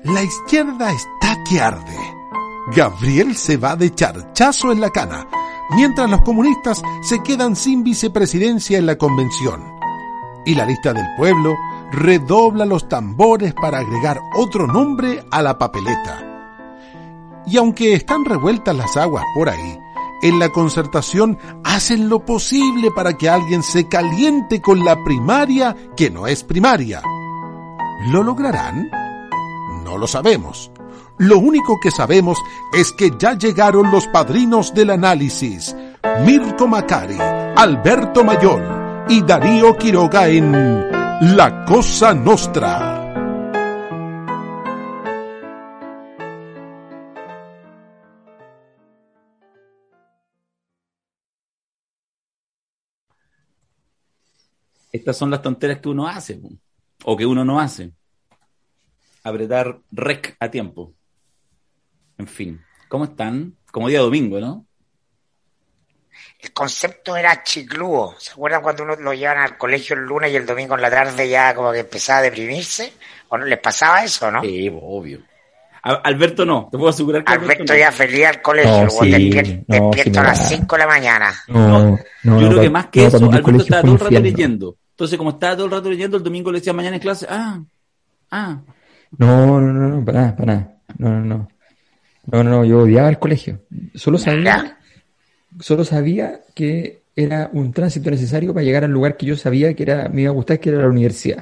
La izquierda está que arde. Gabriel se va de charchazo en la cana, mientras los comunistas se quedan sin vicepresidencia en la convención. Y la lista del pueblo redobla los tambores para agregar otro nombre a la papeleta. Y aunque están revueltas las aguas por ahí, en la Concertación hacen lo posible para que alguien se caliente con la primaria que no es primaria. ¿Lo lograrán? No lo sabemos. Lo único que sabemos es que ya llegaron los padrinos del análisis, Mirko Macari, Alberto Mayol y Darío Quiroga en La Cosa Nostra. Estas son las tonteras que uno hace, o que uno no hace. Apretar rec a tiempo. En fin, ¿cómo están? Como día domingo, ¿no? El concepto era chiclúo. ¿Se acuerdan cuando uno lo llevan al colegio el lunes y el domingo en la tarde ya como que empezaba a deprimirse? ¿O no les pasaba eso, no? Sí, obvio. Alberto no, te puedo asegurar que Alberto no. Ya feliz al colegio, No, sí, despierto a las 5 de la mañana. Yo creo que más que eso, Alberto estaba todo el rato infierno. leyendo. Entonces, como estaba todo el rato leyendo, el domingo le decía mañana en clase, No, para nada. No, yo odiaba el colegio. Solo sabía que era un tránsito necesario para llegar al lugar que yo sabía que me iba a gustar, que era la universidad.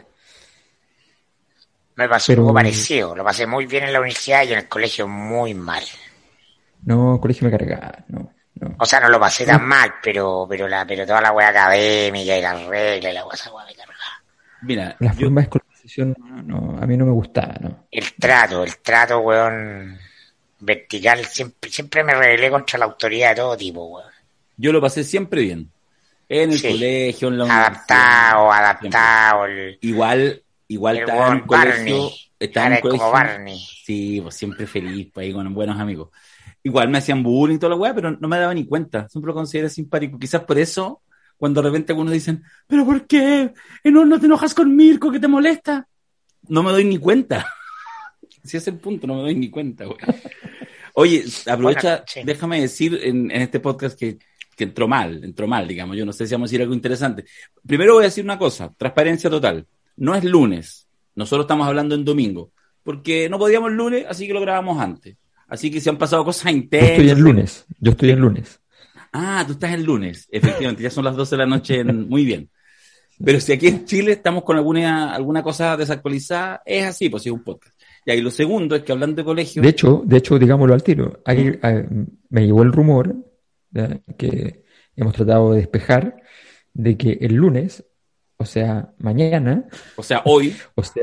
Me pasó algo parecido. Lo pasé muy bien en la universidad y en el colegio muy mal. No, el colegio me cargaba, no. O sea, no lo pasé tan mal, pero toda la wea académica y la regla y la wea me cargaba. Mira, La forma de escolarización no, a mí no me gustaba, ¿no? El trato, weón, vertical, siempre me rebelé contra la autoridad de todo tipo, weón. yo lo pasé siempre bien. En el colegio, en la universidad. Adaptado. Igual estaba en un colegio. Estaba en un colegio. Como Barney. Sí, pues siempre feliz, pues ahí con buenos amigos. Igual me hacían bullying y toda la weá, pero no me daba ni cuenta. Siempre lo consideré simpático. Quizás por eso, cuando de repente algunos dicen, ¿pero por qué? No te enojas con Mirko, que te molesta. No me doy ni cuenta. Ese es el punto, no me doy ni cuenta, weá. Oye, aprovecha, sí. Déjame decir en este podcast que entró mal, digamos. Yo no sé si vamos a decir algo interesante. Primero voy a decir una cosa, transparencia total. No es lunes, nosotros estamos hablando en domingo, porque no podíamos el lunes, así que lo grabamos antes. Así que si han pasado cosas intensas. Yo estoy en lunes. Ah, tú estás el lunes, efectivamente, ya son las 12 de la noche, muy bien. Pero si aquí en Chile estamos con alguna cosa desactualizada, es así, pues sí, es un podcast. Y ahí lo segundo es que hablando de colegio... De hecho, digámoslo al tiro, me llegó el rumor que hemos tratado de despejar de que el lunes, o sea, mañana... O sea, hoy...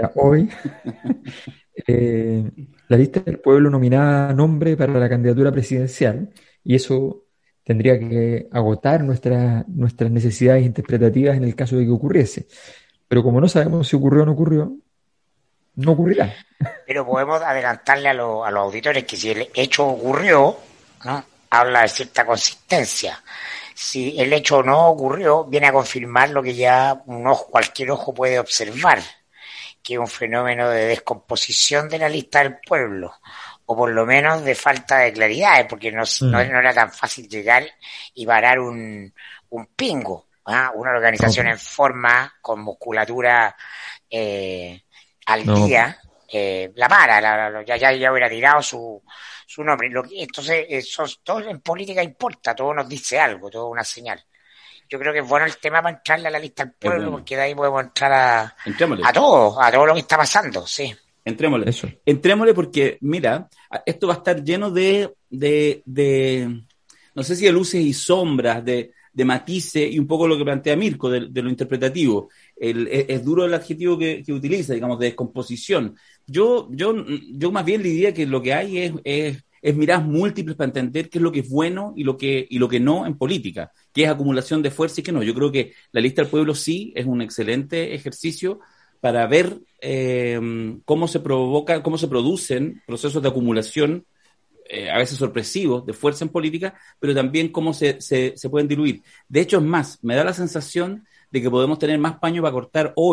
la lista del pueblo nominaba nombre para la candidatura presidencial y eso tendría que agotar nuestras necesidades interpretativas en el caso de que ocurriese. Pero como no sabemos si ocurrió o no ocurrió, no ocurrirá. Pero podemos adelantarle a los auditores que si el hecho ocurrió, ¿no?, habla de cierta consistencia. Si el hecho no ocurrió, viene a confirmar lo que ya cualquier ojo puede observar, que es un fenómeno de descomposición de la lista del pueblo, o por lo menos de falta de claridad, porque no era tan fácil llegar y parar un pingo, una organización en forma, con musculatura al día, la para, ya hubiera tirado su nombre. Entonces, todo en política importa, todo nos dice algo, todo una señal. Yo creo que es bueno el tema para entrarle a la lista del pueblo, bueno, porque de ahí podemos entrar a todo lo que está pasando, sí. Entrémosle porque, mira, esto va a estar lleno de no sé si de luces y sombras, de matices, y un poco lo que plantea Mirko, de lo interpretativo. Es duro el adjetivo que utiliza, digamos, de descomposición. Yo más bien le diría que lo que hay es miradas múltiples para entender qué es lo que es bueno y lo que no en política, qué es acumulación de fuerza y qué no. Yo creo que la lista del pueblo sí es un excelente ejercicio para ver cómo se producen procesos de acumulación, a veces sorpresivos, de fuerza en política, pero también cómo se pueden diluir. De hecho, es más, me da la sensación de que podemos tener más paño para cortar hoy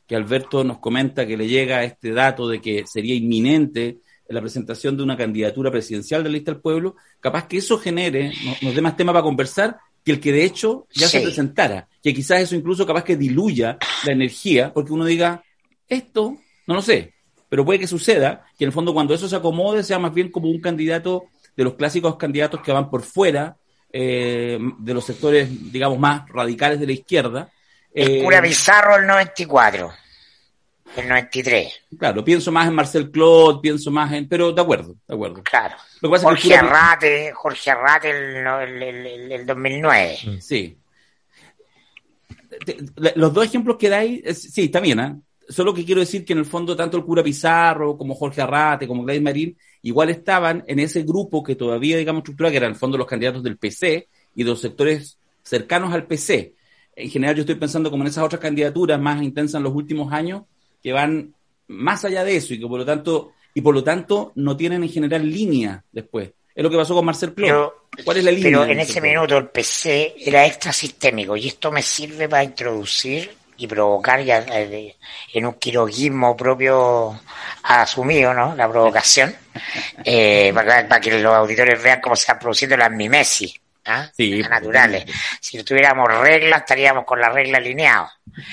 que Alberto nos comenta que le llega este dato de que sería inminente la presentación de una candidatura presidencial de la lista del pueblo, capaz que eso genere, nos dé más tema para conversar que el que de hecho ya se presentara, que quizás eso incluso capaz que diluya la energía, porque uno diga, esto, no lo sé, pero puede que suceda, que en el fondo cuando eso se acomode sea más bien como un candidato de los clásicos candidatos que van por fuera de los sectores, digamos, más radicales de la izquierda. El cura Pizarro el 94. El 93. Claro, pienso más en Marcel Claude, pienso más en... Pero de acuerdo. Claro. Lo que pasa Jorge es que Arrate el 2009. Sí. Los dos ejemplos que dais, sí, está bien, ¿eh? Solo que quiero decir que en el fondo tanto el cura Pizarro como Jorge Arrate, como Gladys Marín, igual estaban en ese grupo que todavía, digamos, estructura, que eran en el fondo los candidatos del PC y de los sectores cercanos al PC. En general yo estoy pensando como en esas otras candidaturas más intensas en los últimos años, que van más allá de eso y que por lo tanto no tienen en general línea después. Es lo que pasó con Marcel Claude. ¿Cuál es la línea? Pero en ese minuto el PC era extra sistémico y esto me sirve para introducir y provocar ya en un quiroguismo propio asumido, ¿no? La provocación, para que los auditores vean cómo se están produciendo las mimesis, sí, naturales. Si no tuviéramos reglas, estaríamos con la regla alineados.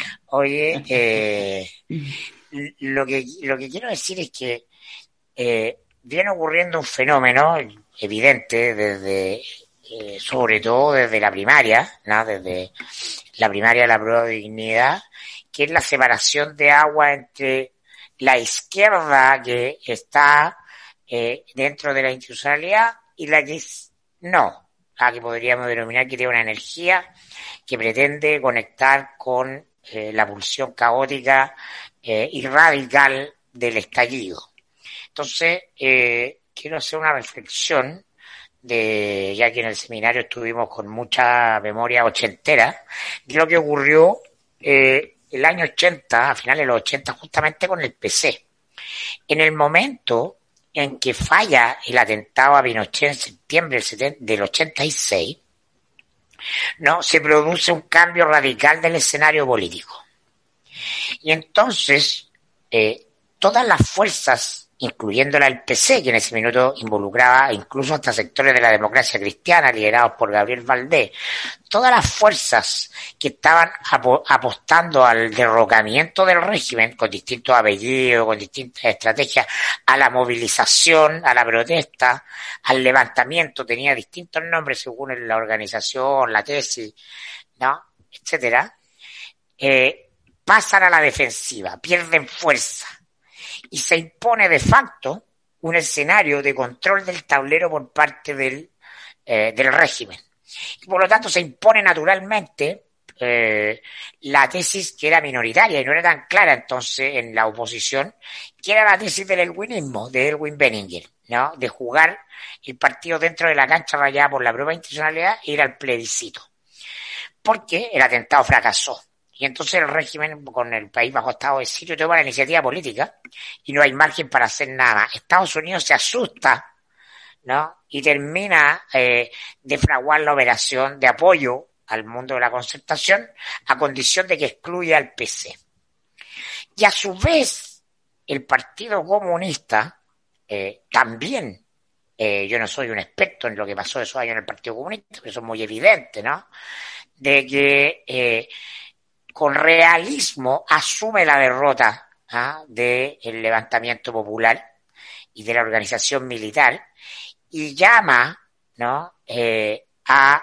Oye, lo que quiero decir es que viene ocurriendo un fenómeno evidente desde, sobre todo desde la primaria, ¿no? Desde la primaria de la prueba de dignidad, que es la separación de agua entre la izquierda que está dentro de la institucionalidad y la que no, la que podríamos denominar que tiene una energía que pretende conectar con la pulsión caótica y radical del estallido. Entonces, quiero hacer una reflexión ya que en el seminario estuvimos con mucha memoria ochentera, de lo que ocurrió el año 80, a finales de los 80, justamente con el PC. En el momento en que falla el atentado a Pinochet en septiembre del 86, ¿no? Se produce un cambio radical del escenario político. Y entonces, todas las fuerzas, incluyéndola el PC, que en ese minuto involucraba incluso hasta sectores de la democracia cristiana liderados por Gabriel Valdés, todas las fuerzas que estaban apostando al derrocamiento del régimen con distintos apellidos, con distintas estrategias, a la movilización, a la protesta, al levantamiento, tenía distintos nombres según la organización, la tesis, ¿no? Etcétera, pasan a la defensiva, pierden fuerza. Y se impone de facto un escenario de control del tablero por parte del régimen. Y por lo tanto se impone naturalmente la tesis que era minoritaria y no era tan clara entonces en la oposición, que era la tesis del elwinismo, de Elwin Benninger, ¿no? De jugar el partido dentro de la cancha rayada por la propia institucionalidad e ir al plebiscito. Porque el atentado fracasó. Y entonces el régimen, con el país bajo estado de sitio, toma la iniciativa política y no hay margen para hacer nada más. Estados Unidos se asusta, ¿no? Y termina de fraguar la operación de apoyo al mundo de la concertación a condición de que excluya al PC. Y a su vez, el Partido Comunista también, yo no soy un experto en lo que pasó esos años en el Partido Comunista, pero eso es muy evidente, ¿no? De que con realismo asume la derrota del levantamiento popular y de la organización militar y llama, ¿no? a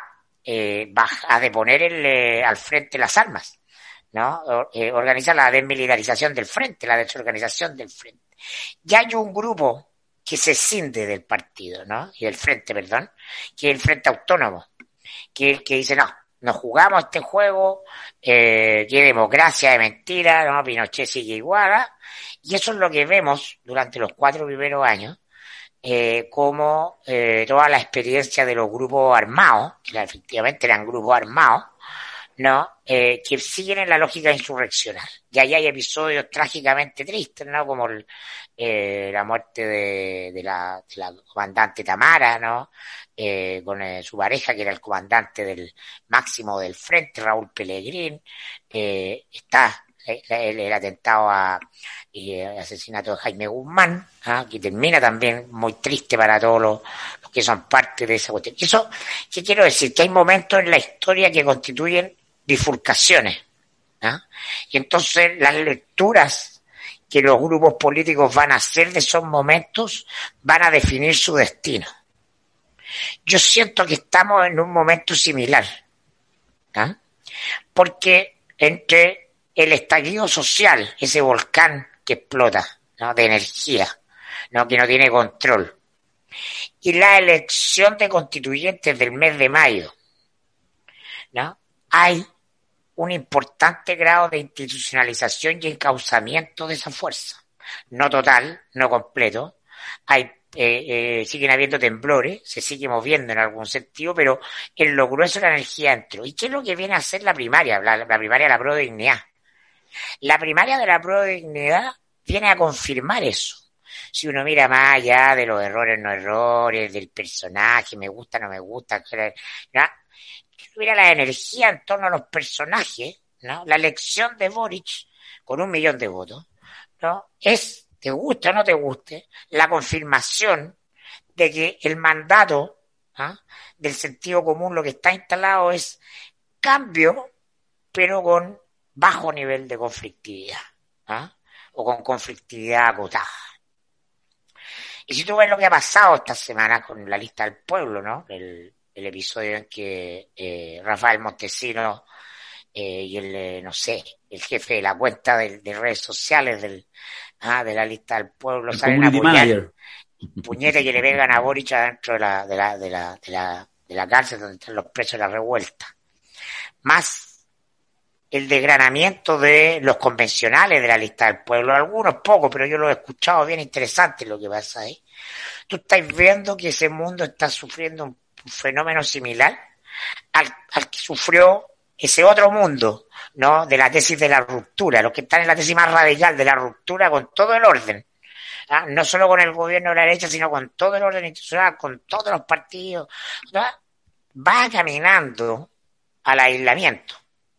deponer al frente las armas, ¿no? Organiza la desmilitarización del frente, la desorganización del frente. Ya hay un grupo que se escinde del partido, ¿no? Y del frente, perdón, que es el Frente Autónomo, que dice no jugamos este juego, que democracia de mentira, ¿no? Pinochet sigue igual, y eso es lo que vemos durante los 4 primeros años, como toda la experiencia de los grupos armados, que efectivamente eran grupos armados, ¿no? Que siguen en la lógica insurreccional. Y ahí hay episodios trágicamente tristes, ¿no? Como la muerte de la comandante Tamara, ¿no? Con su pareja, que era el comandante del máximo del frente, Raúl Pelegrín. Está el atentado y el asesinato de Jaime Guzmán, que termina también muy triste para todos los que son parte de esa cuestión. Eso, ¿qué quiero decir? Que hay momentos en la historia que constituyen bifurcaciones. Y entonces las lecturas que los grupos políticos van a hacer de esos momentos van a definir su destino. Yo siento que estamos en un momento similar, porque entre el estallido social, ese volcán que explota, de energía, que no tiene control, y la elección de constituyentes del mes de mayo, hay un importante grado de institucionalización y encauzamiento de esa fuerza. No total, no completo. Siguen habiendo temblores, se sigue moviendo en algún sentido, pero en lo grueso la energía entró. ¿Y qué es lo que viene a hacer la primaria? La primaria de la Prueba de Dignidad. La primaria de la Prueba de Dignidad viene a confirmar eso. Si uno mira más allá de los errores, no errores, del personaje, me gusta, no me gusta, mira la energía en torno a los personajes, la elección de Boric con 1 millón de votos, es, te guste o no te guste, la confirmación de que el mandato del sentido común, lo que está instalado es cambio, pero con bajo nivel de conflictividad, o con conflictividad acotada. Y si tú ves lo que ha pasado esta semana con la lista del pueblo, el episodio en que Rafael Montesinos y el jefe de la cuenta de redes sociales de la lista del pueblo salen a apoyar puñete que le pegan a Boric adentro de la cárcel donde están los presos de la revuelta. Más el desgranamiento de los convencionales de la lista del pueblo, algunos pocos, pero yo lo he escuchado bien interesante lo que pasa ahí. Tú estás viendo que ese mundo está sufriendo un fenómeno similar al que sufrió ese otro mundo, de la tesis de la ruptura, los que están en la tesis más radical de la ruptura con todo el orden, no solo con el gobierno de la derecha, sino con todo el orden institucional, con todos los partidos, va caminando al aislamiento,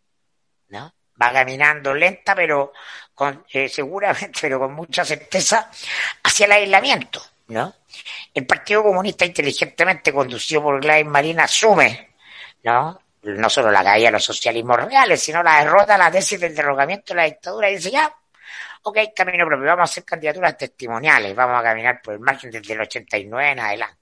va caminando lenta, pero seguramente, pero con mucha certeza, hacia el aislamiento, El Partido Comunista, inteligentemente conducido por Gladys Marín, asume, no solo la caída de los socialismos reales, sino la derrota de la tesis del derrocamiento de la dictadura, y dice ya, ok, camino propio, vamos a hacer candidaturas testimoniales, vamos a caminar por el margen desde el 89 en adelante,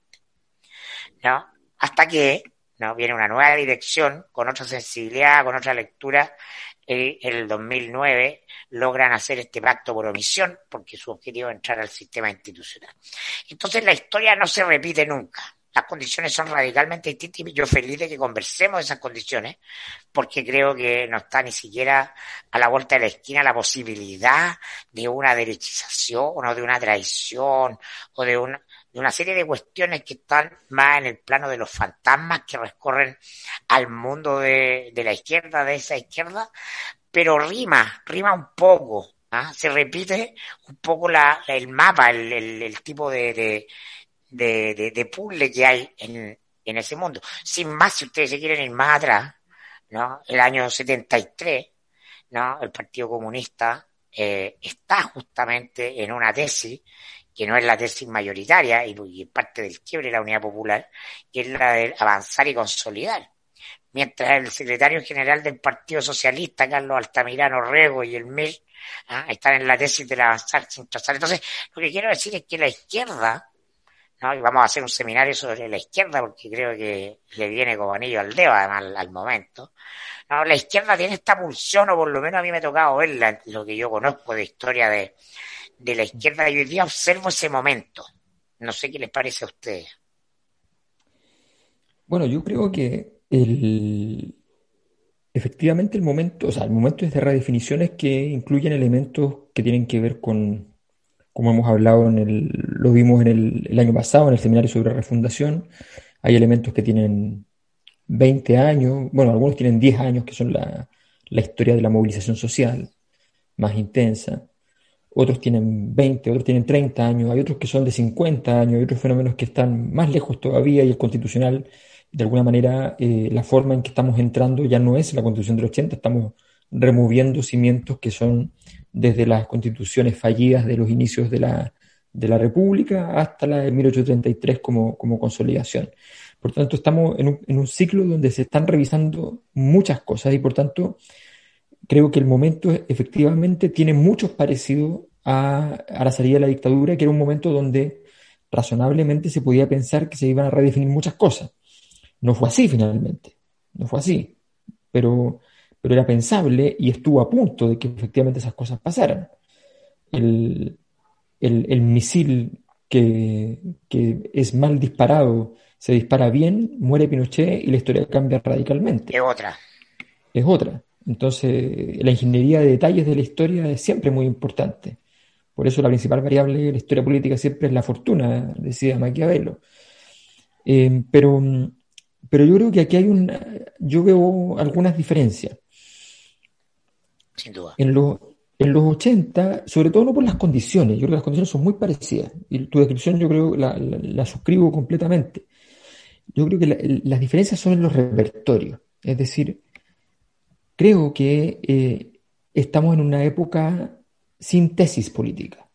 hasta que viene una nueva dirección, con otra sensibilidad, con otra lectura. En el 2009 logran hacer este pacto por omisión, porque su objetivo es entrar al sistema institucional. Entonces la historia no se repite nunca. Las condiciones son radicalmente distintas y yo feliz de que conversemos de esas condiciones, porque creo que no está ni siquiera a la vuelta de la esquina la posibilidad de una derechización o de una traición o de una serie de cuestiones que están más en el plano de los fantasmas que recorren al mundo de la izquierda, de esa izquierda, pero rima un poco, se repite un poco el mapa, el tipo de puzzle que hay en ese mundo. Sin más, si ustedes se quieren ir más atrás, el año 73, el Partido Comunista está justamente en una tesis que no es la tesis mayoritaria y parte del quiebre de la Unidad Popular, que es la de avanzar y consolidar. Mientras el secretario general del Partido Socialista, Carlos Altamirano Rego, y el MIR están en la tesis del avanzar sin trazar. Entonces, lo que quiero decir es que la izquierda, y vamos a hacer un seminario sobre la izquierda porque creo que le viene como anillo al dedo además al momento, la izquierda tiene esta pulsión, o por lo menos a mí me ha tocado verla, lo que yo conozco de historia de la izquierda, y hoy día observo ese momento. No sé qué les parece a ustedes. Bueno, yo creo que efectivamente el momento es de redefiniciones que incluyen elementos que tienen que ver con, como hemos hablado lo vimos el año pasado en el seminario sobre refundación. Hay elementos que tienen 20 años, bueno, algunos tienen 10 años, que son la historia de la movilización social más intensa. Otros tienen 20, otros tienen 30 años, hay otros que son de 50 años, hay otros fenómenos que están más lejos todavía, y el constitucional, de alguna manera, la forma en que estamos entrando ya no es la Constitución del 80, estamos removiendo cimientos que son desde las constituciones fallidas de los inicios de la República hasta la de 1833 como consolidación. Por tanto, estamos en un ciclo donde se están revisando muchas cosas y por tanto creo que el momento efectivamente tiene muchos parecidos a la salida de la dictadura, que era un momento donde razonablemente se podía pensar que se iban a redefinir muchas cosas. No fue así finalmente, no fue así, pero era pensable y estuvo a punto de que efectivamente esas cosas pasaran. El misil que es mal disparado se dispara bien, muere Pinochet y la historia cambia radicalmente. Es otra. Entonces, la ingeniería de detalles de la historia es siempre muy importante. Por eso la principal variable de la historia política siempre es la fortuna, decía Maquiavelo. Pero yo creo que aquí yo veo algunas diferencias. Sin duda. En los 80, sobre todo no por las condiciones, yo creo que las condiciones son muy parecidas. Y tu descripción yo creo la suscribo completamente. Yo creo que las diferencias son en los repertorios. Es decir, creo que estamos en una época sin tesis política.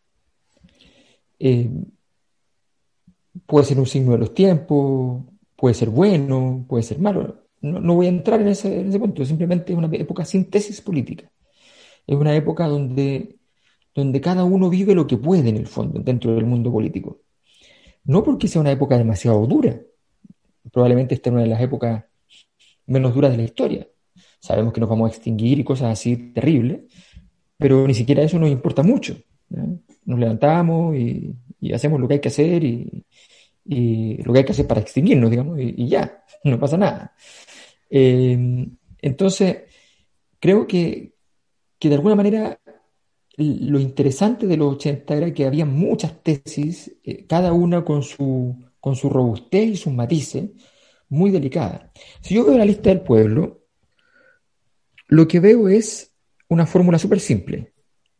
Puede ser un signo de los tiempos, puede ser bueno, puede ser malo. No voy a entrar en ese punto, simplemente es una época sin tesis política. Es una época donde cada uno vive lo que puede en el fondo, dentro del mundo político. No porque sea una época demasiado dura, probablemente esta es una de las épocas menos duras de la historia. Sabemos que nos vamos a extinguir y cosas así terribles, pero ni siquiera eso nos importa mucho, ¿no? Nos levantamos y hacemos lo que hay que hacer y lo que hay que hacer para extinguirnos, digamos, y ya, no pasa nada. Entonces, creo que de alguna manera lo interesante de los 80 era que había muchas tesis, cada una con su robustez y sus matices, muy delicada. Si yo veo la lista del pueblo, lo que veo es una fórmula súper simple.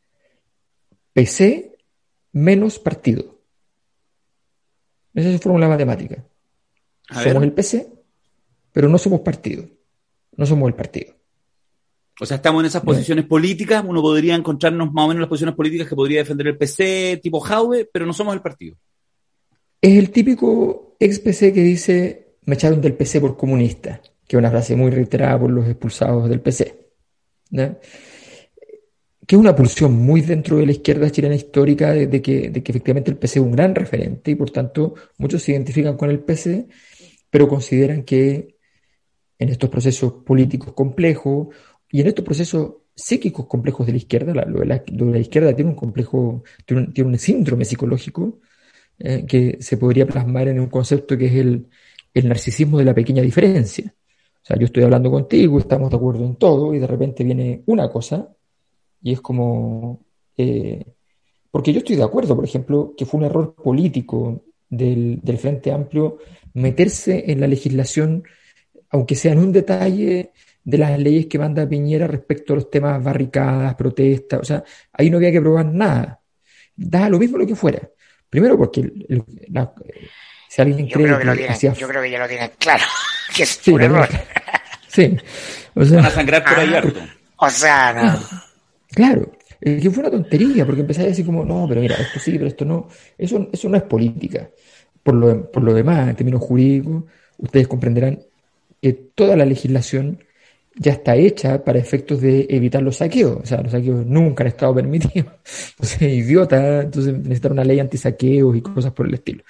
PC menos partido. Esa es su fórmula matemática. Somos el PC, pero no somos partido. No somos el partido. O sea, estamos en esas posiciones políticas, uno podría encontrarnos más o menos en las posiciones políticas que podría defender el PC, tipo Jaude, pero no somos el partido. Es el típico ex-PC que dice, me echaron del PC por comunista, que es una frase muy reiterada por los expulsados del PC, ¿no? Que es una pulsión muy dentro de la izquierda chilena histórica de que efectivamente el PC es un gran referente y por tanto muchos se identifican con el PC, pero consideran que en estos procesos políticos complejos y en estos procesos psíquicos complejos de la izquierda, lo de la izquierda tiene un complejo, tiene un síndrome psicológico que se podría plasmar en un concepto que es el narcisismo de la pequeña diferencia. O sea, yo estoy hablando contigo, estamos de acuerdo en todo y de repente viene una cosa y es como... porque yo estoy de acuerdo, por ejemplo, que fue un error político del Frente Amplio meterse en la legislación, aunque sea en un detalle de las leyes que manda Piñera respecto a los temas barricadas, protestas, o sea, ahí no había que probar nada. Da lo mismo lo que fuera. Primero porque si alguien cree yo creo que ya lo tienen claro, que es un error. Sí. O sea, van a sangrar por ahí harto. O sea, no. Claro, que fue una tontería, porque empecé a decir como, no, pero mira, esto sí, pero esto no. Eso no es política. Por lo demás, en términos jurídicos, ustedes comprenderán que toda la legislación ya está hecha para efectos de evitar los saqueos. O sea, los saqueos nunca han estado permitidos. Entonces, idiota, entonces necesitan una ley antisaqueos y cosas por el estilo.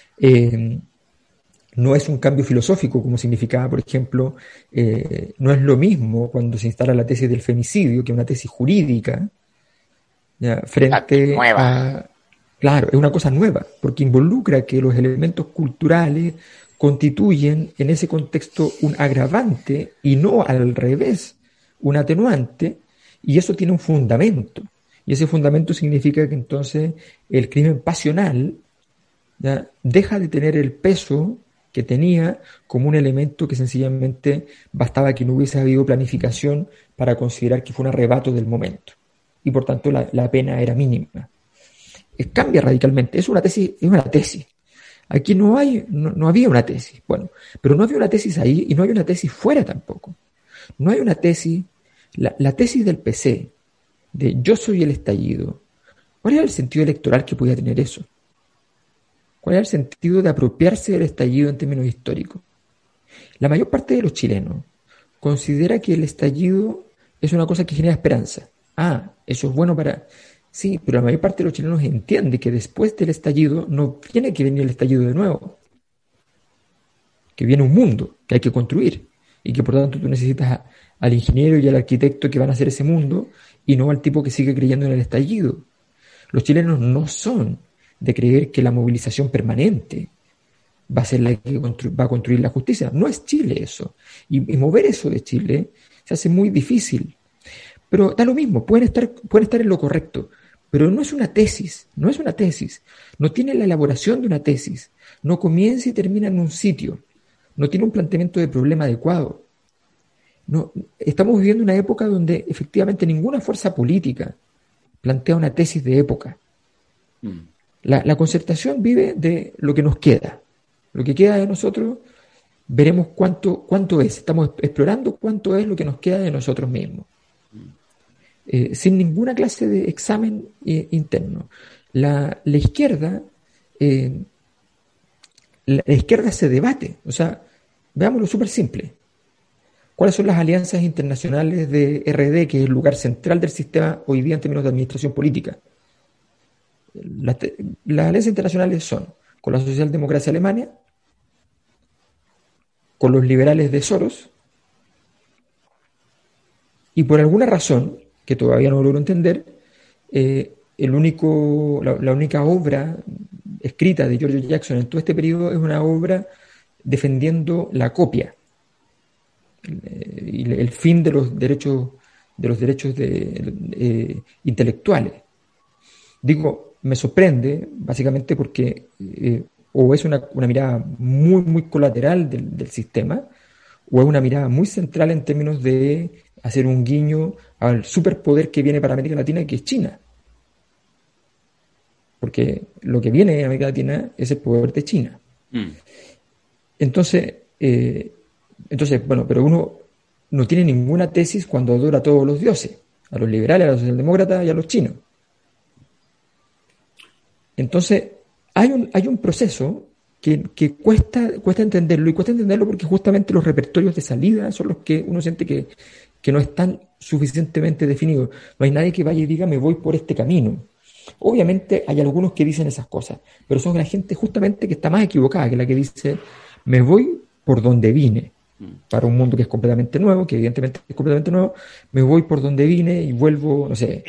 No es un cambio filosófico como significaba, por ejemplo, no es lo mismo cuando se instala la tesis del femicidio que una tesis jurídica, ¿ya? Frente a... Claro, es una cosa nueva, porque involucra que los elementos culturales constituyen en ese contexto un agravante y no al revés, un atenuante, y eso tiene un fundamento. Y ese fundamento significa que entonces el crimen pasional, ¿ya?, deja de tener el peso que tenía como un elemento que sencillamente bastaba que no hubiese habido planificación para considerar que fue un arrebato del momento. Y por tanto la pena era mínima. Cambia radicalmente. Es una tesis. Aquí no había una tesis. Bueno, pero no había una tesis ahí y no hay una tesis fuera tampoco. No hay una tesis La tesis del PC, de yo soy el estallido, ¿cuál era el sentido electoral que podía tener eso? ¿Cuál era el sentido de apropiarse del estallido en términos históricos? La mayor parte de los chilenos considera que el estallido es una cosa que genera esperanza. Eso es bueno para... Sí, pero la mayor parte de los chilenos entiende que después del estallido no tiene que venir el estallido de nuevo. Que viene un mundo que hay que construir y que por lo tanto tú necesitas al ingeniero y al arquitecto que van a hacer ese mundo y no al tipo que sigue creyendo en el estallido. Los chilenos no son de creer que la movilización permanente va a ser la que va a construir la justicia. No es Chile eso. Y mover eso de Chile se hace muy difícil. Pero da lo mismo, pueden estar en lo correcto. Pero no es una tesis, no es una tesis. No tiene la elaboración de una tesis. No comienza y termina en un sitio. No tiene un planteamiento de problema adecuado. No, estamos viviendo una época donde efectivamente ninguna fuerza política plantea una tesis de época. La concertación vive de lo que nos queda. Lo que queda de nosotros, veremos cuánto es. Estamos explorando cuánto es lo que nos queda de nosotros mismos. Sin ninguna clase de examen interno. La izquierda se debate. O sea, veámoslo súper simple. ¿Cuáles son las alianzas internacionales de RD, que es el lugar central del sistema hoy día en términos de administración política? Las alianzas internacionales son con la socialdemocracia alemana, con los liberales de Soros, y por alguna razón, que todavía no logro entender, la única obra escrita de George Jackson en todo este periodo es una obra defendiendo la copia y el fin de los derechos intelectuales. Digo, me sorprende básicamente porque o es una mirada muy, muy colateral del sistema, o es una mirada muy central en términos de hacer un guiño al superpoder que viene para América Latina, que es China. Porque lo que viene en América Latina es el poder de China. Entonces, bueno, pero uno no tiene ninguna tesis cuando adora a todos los dioses, a los liberales, a los socialdemócratas y a los chinos. Entonces, hay un proceso que cuesta entenderlo, y cuesta entenderlo porque justamente los repertorios de salida son los que uno siente que no están suficientemente definidos. No hay nadie que vaya y diga, me voy por este camino. Obviamente hay algunos que dicen esas cosas, pero son la gente justamente que está más equivocada que la que dice, me voy por donde vine, para un mundo que es completamente nuevo, que evidentemente es completamente nuevo, me voy por donde vine y vuelvo, no sé,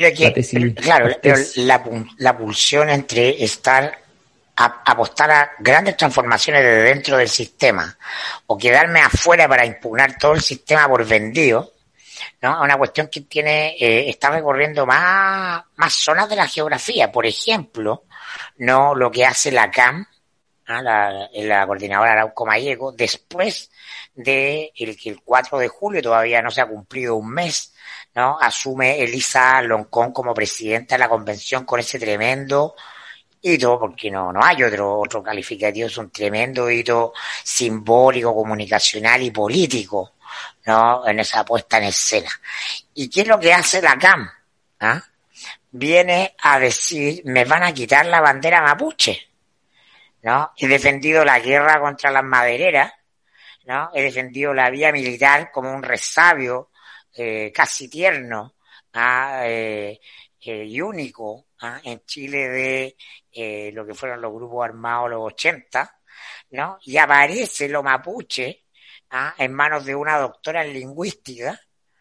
la pulsión entre apostar a grandes transformaciones desde dentro del sistema o quedarme afuera para impugnar todo el sistema por vendido, ¿no? Una cuestión que está recorriendo más zonas de la geografía. Por ejemplo, no lo que hace la CAM, la coordinadora Arauco Mayeco, después de que el 4 de julio, todavía no se ha cumplido un mes, ¿no? Asume Elisa Loncón como presidenta de la convención con ese tremendo hito, porque no hay otro calificativo, es un tremendo hito simbólico, comunicacional y político, ¿no? En esa puesta en escena. ¿Y qué es lo que hace la CAM? Viene a decir, me van a quitar la bandera mapuche, ¿no? He defendido la guerra contra las madereras, ¿no? He defendido la vía militar como un resabio casi tierno y único en Chile de lo que fueron los grupos armados los 80, ¿no? Y aparece lo mapuche en manos de una doctora en lingüística,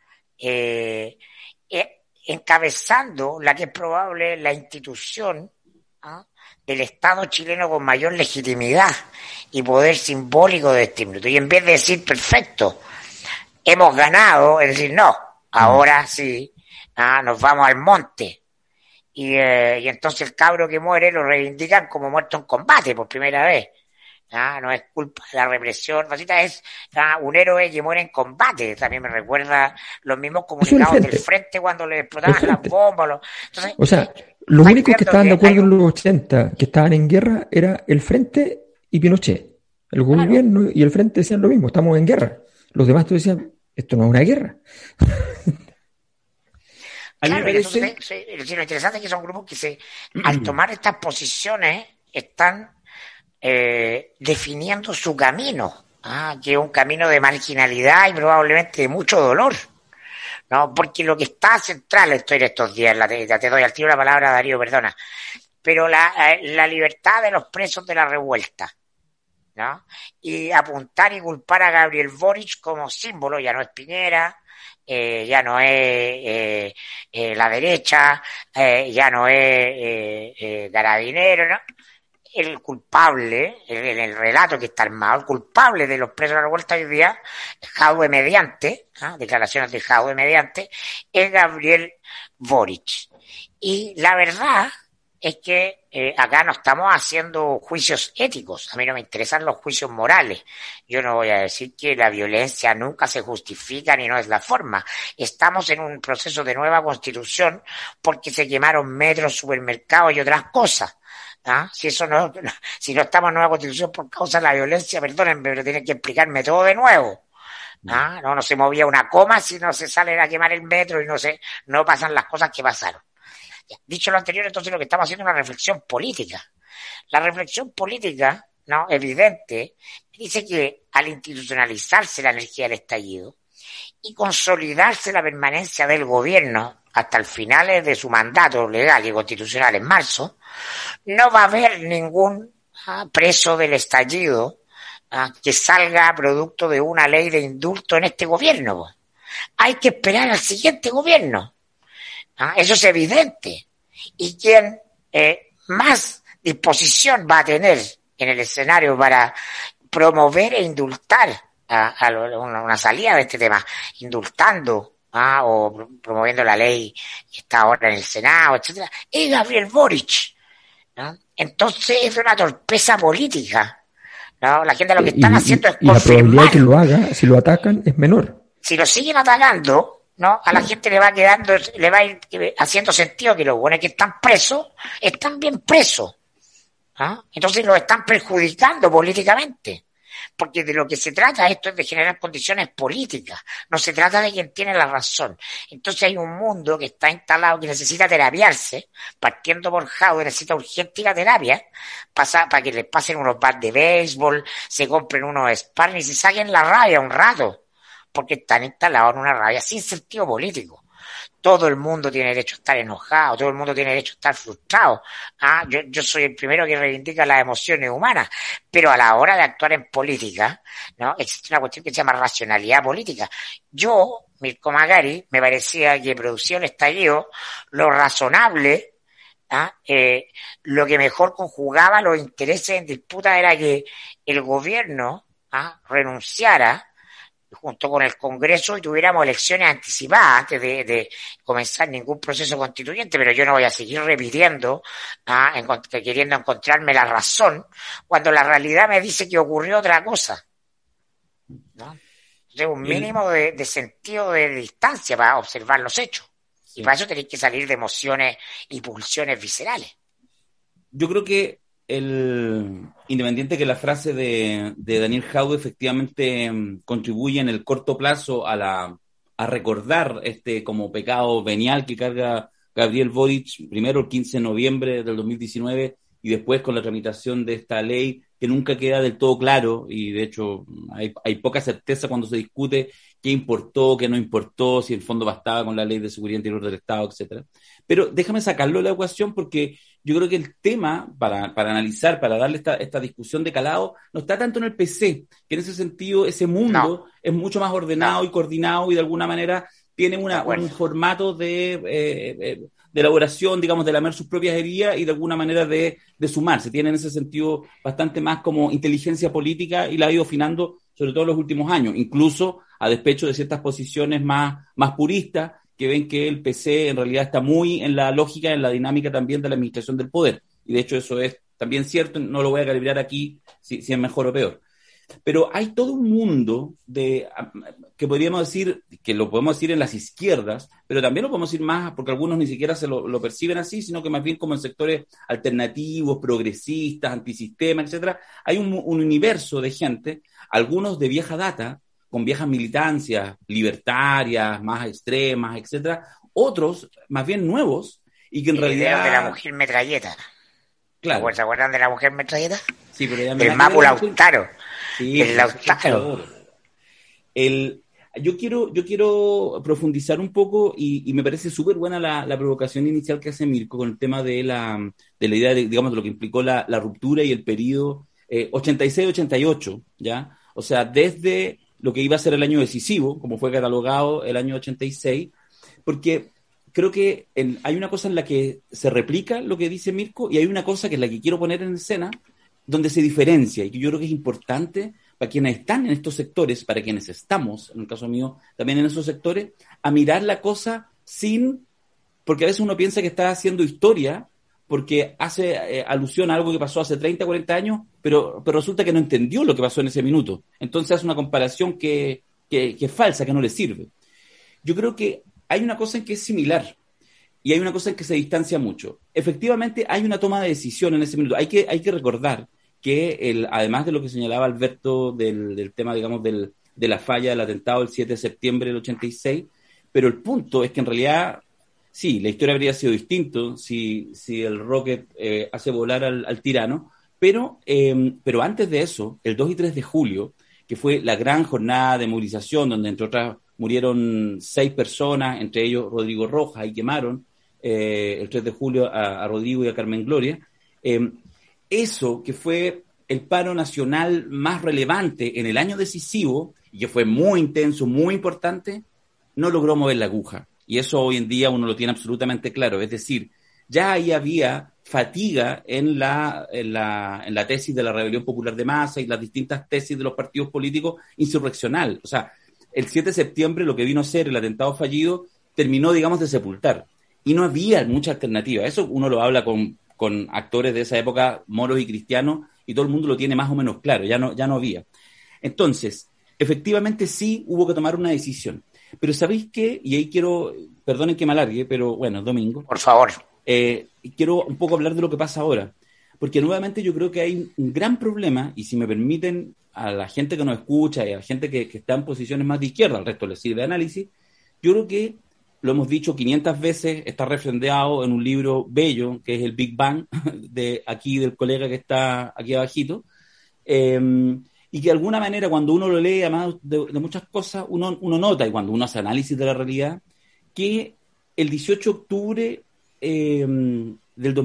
encabezando la que es probable la institución del Estado chileno con mayor legitimidad y poder simbólico de este minuto. Y en vez de decir, perfecto, hemos ganado, es decir, no, ahora sí, nos vamos al monte. Y entonces el cabro que muere lo reivindican como muerto en combate por primera vez. No es culpa de la represión, es un héroe que muere en combate. También me recuerda los mismos comunicados del frente cuando le explotaban las bombas. Entonces, o sea, los únicos que estaban de acuerdo en los 80, que estaban en guerra, era el frente y Pinochet. El gobierno y el frente decían lo mismo, estamos en guerra. Los demás decían, esto no es una guerra. A mí me parece... Entonces, lo interesante es que son grupos que al tomar estas posiciones están definiendo su camino, que es un camino de marginalidad y probablemente de mucho dolor, ¿no? Porque lo que está central estoy en estos días, te doy al tiro la palabra, Darío, perdona, pero la libertad de los presos de la revuelta, ¿no? Y apuntar y culpar a Gabriel Boric como símbolo, ya no es Piñera, ya no es la derecha, ya no es Carabinero, ¿no? El culpable, el relato que está armado, el culpable de los presos de la revuelta hoy día, Jadwe mediante, declaraciones de Jadwe mediante, es Gabriel Boric. Y la verdad es que acá no estamos haciendo juicios éticos. A mí no me interesan los juicios morales. Yo no voy a decir que la violencia nunca se justifica ni no es la forma. Estamos en un proceso de nueva constitución porque se quemaron metros, supermercados y otras cosas. Si no estamos en nueva constitución por causa de la violencia, perdónenme, pero tienen que explicarme todo de nuevo. No se movía una coma si no se sale a quemar el metro y no pasan las cosas que pasaron. Dicho lo anterior, entonces lo que estamos haciendo es una reflexión política. La reflexión política, ¿no?, evidente, dice que al institucionalizarse la energía del estallido y consolidarse la permanencia del gobierno hasta el final de su mandato legal y constitucional en marzo, no va a haber ningún preso del estallido que salga producto de una ley de indulto en este gobierno. Hay que esperar al siguiente gobierno. Eso es evidente. Y quien más disposición va a tener en el escenario para promover e indultar una salida de este tema, indultando o promoviendo la ley que está ahora en el Senado, etcétera, es Gabriel Boric, ¿no? Entonces es una torpeza política, ¿no? La gente lo que están haciendo es confirmar. Y la probabilidad de que lo haga, si lo atacan, es menor. Si lo siguen atacando, ¿no?, a la gente le va a ir haciendo sentido que los buenos que están presos están bien presos. Entonces los están perjudicando políticamente. Porque de lo que se trata esto es de generar condiciones políticas, no se trata de quien tiene la razón. Entonces hay un mundo que está instalado que necesita terapiarse, partiendo por Jadwe, necesita urgente ir a terapia, para que les pasen unos bats de béisbol, se compren unos sparring y se saquen la rabia un rato, porque están instalados en una rabia sin sentido político. Todo el mundo tiene derecho a estar enojado, todo el mundo tiene derecho a estar frustrado. Yo soy el primero que reivindica las emociones humanas, pero a la hora de actuar en política, ¿no?, existe una cuestión que se llama racionalidad política. Yo, Mirko Macari, me parecía que producía el estallido lo razonable, lo que mejor conjugaba los intereses en disputa era que el gobierno renunciara junto con el Congreso y tuviéramos elecciones anticipadas antes de comenzar ningún proceso constituyente, pero yo no voy a seguir repitiendo, queriendo encontrarme la razón, cuando la realidad me dice que ocurrió otra cosa, ¿no? Entonces, un mínimo de sentido de distancia para observar los hechos. Sí. Y para eso tenéis que salir de emociones y pulsiones viscerales. Yo creo que independiente que la frase de Daniel Jadwe efectivamente contribuye en el corto plazo a recordar este como pecado venial que carga Gabriel Boric, primero el 15 de noviembre del 2019 y después con la tramitación de esta ley que nunca queda del todo claro, y de hecho hay poca certeza cuando se discute qué importó, qué no importó, si el fondo bastaba con la ley de seguridad interior del Estado, etcétera. Pero déjame sacarlo de la ecuación porque yo creo que el tema para analizar, para darle esta discusión de calado, no está tanto en el PC, que en ese sentido ese mundo es mucho más ordenado y coordinado y de alguna manera tiene un formato de elaboración, digamos, de lamer sus propias heridas y de alguna manera de sumarse. Tiene en ese sentido bastante más como inteligencia política y la ha ido afinando sobre todo en los últimos años, incluso a despecho de ciertas posiciones más puristas que ven que el PC en realidad está muy en la lógica, en la dinámica también de la administración del poder. Y de hecho eso es también cierto, no lo voy a calibrar aquí si es mejor o peor. Pero hay todo un mundo que podríamos decir, que lo podemos decir en las izquierdas, pero también lo podemos decir más, porque algunos ni siquiera se lo perciben así, sino que más bien como en sectores alternativos, progresistas, antisistema, etcétera. Hay un universo de gente, algunos de vieja data, con viejas militancias libertarias, más extremas, etcétera, otros, más bien nuevos, y que en realidad... de la mujer metralleta. Claro. ¿Se acuerdan de la mujer metralleta? Sí, pero ya El Mapu Lautaro. Sí, el Lautaro. Yo quiero profundizar un poco y me parece súper buena la provocación inicial que hace Mirko con el tema de la idea de, digamos, de lo que implicó la ruptura y el periodo 86-88, ¿ya? O sea, desde lo que iba a ser el año decisivo, como fue catalogado el año 86, porque creo que hay una cosa en la que se replica lo que dice Mirko y hay una cosa que es la que quiero poner en escena, donde se diferencia, y que yo creo que es importante para quienes están en estos sectores, para quienes estamos, en el caso mío, también en esos sectores, a mirar la cosa porque a veces uno piensa que está haciendo historia, porque hace alusión a algo que pasó hace 30, 40 años, pero resulta que no entendió lo que pasó en ese minuto. Entonces hace una comparación que es falsa, que no le sirve. Yo creo que hay una cosa en que es similar, y hay una cosa en que se distancia mucho. Efectivamente, hay una toma de decisión en ese minuto. Hay que recordar que, además de lo que señalaba Alberto del tema, digamos, de la falla del atentado del 7 de septiembre del 86, pero el punto es que en realidad, sí, la historia habría sido distinta si el Rocket hace volar al tirano, pero antes de eso, el 2 y 3 de julio, que fue la gran jornada de movilización, donde entre otras murieron 6 personas, entre ellos Rodrigo Rojas, y quemaron el 3 de julio a Rodrigo y a Carmen Gloria. Eso que fue el paro nacional más relevante en el año decisivo, y que fue muy intenso, muy importante, no logró mover la aguja. Y eso hoy en día uno lo tiene absolutamente claro. Es decir, ya ahí había fatiga en la tesis de la rebelión popular de masa y las distintas tesis de los partidos políticos insurreccional. O sea, el 7 de septiembre, lo que vino a ser el atentado fallido, terminó, digamos, de sepultar. Y no había mucha alternativa. Eso uno lo habla con actores de esa época, moros y cristianos, y todo el mundo lo tiene más o menos claro, ya no había. Entonces, efectivamente sí hubo que tomar una decisión. Pero ¿sabéis qué? Y ahí perdonen que me alargue, pero bueno, domingo. Por favor. Quiero un poco hablar de lo que pasa ahora. Porque nuevamente yo creo que hay un gran problema, y si me permiten, a la gente que nos escucha y a la gente que está en posiciones más de izquierda, al resto les sirve de análisis, yo creo que lo hemos dicho 500 veces, está refrendado en un libro bello, que es el Big Bang, del colega que está aquí abajito, y que de alguna manera cuando uno lo lee, además de muchas cosas, uno nota, y cuando uno hace análisis de la realidad, que el 18 de octubre del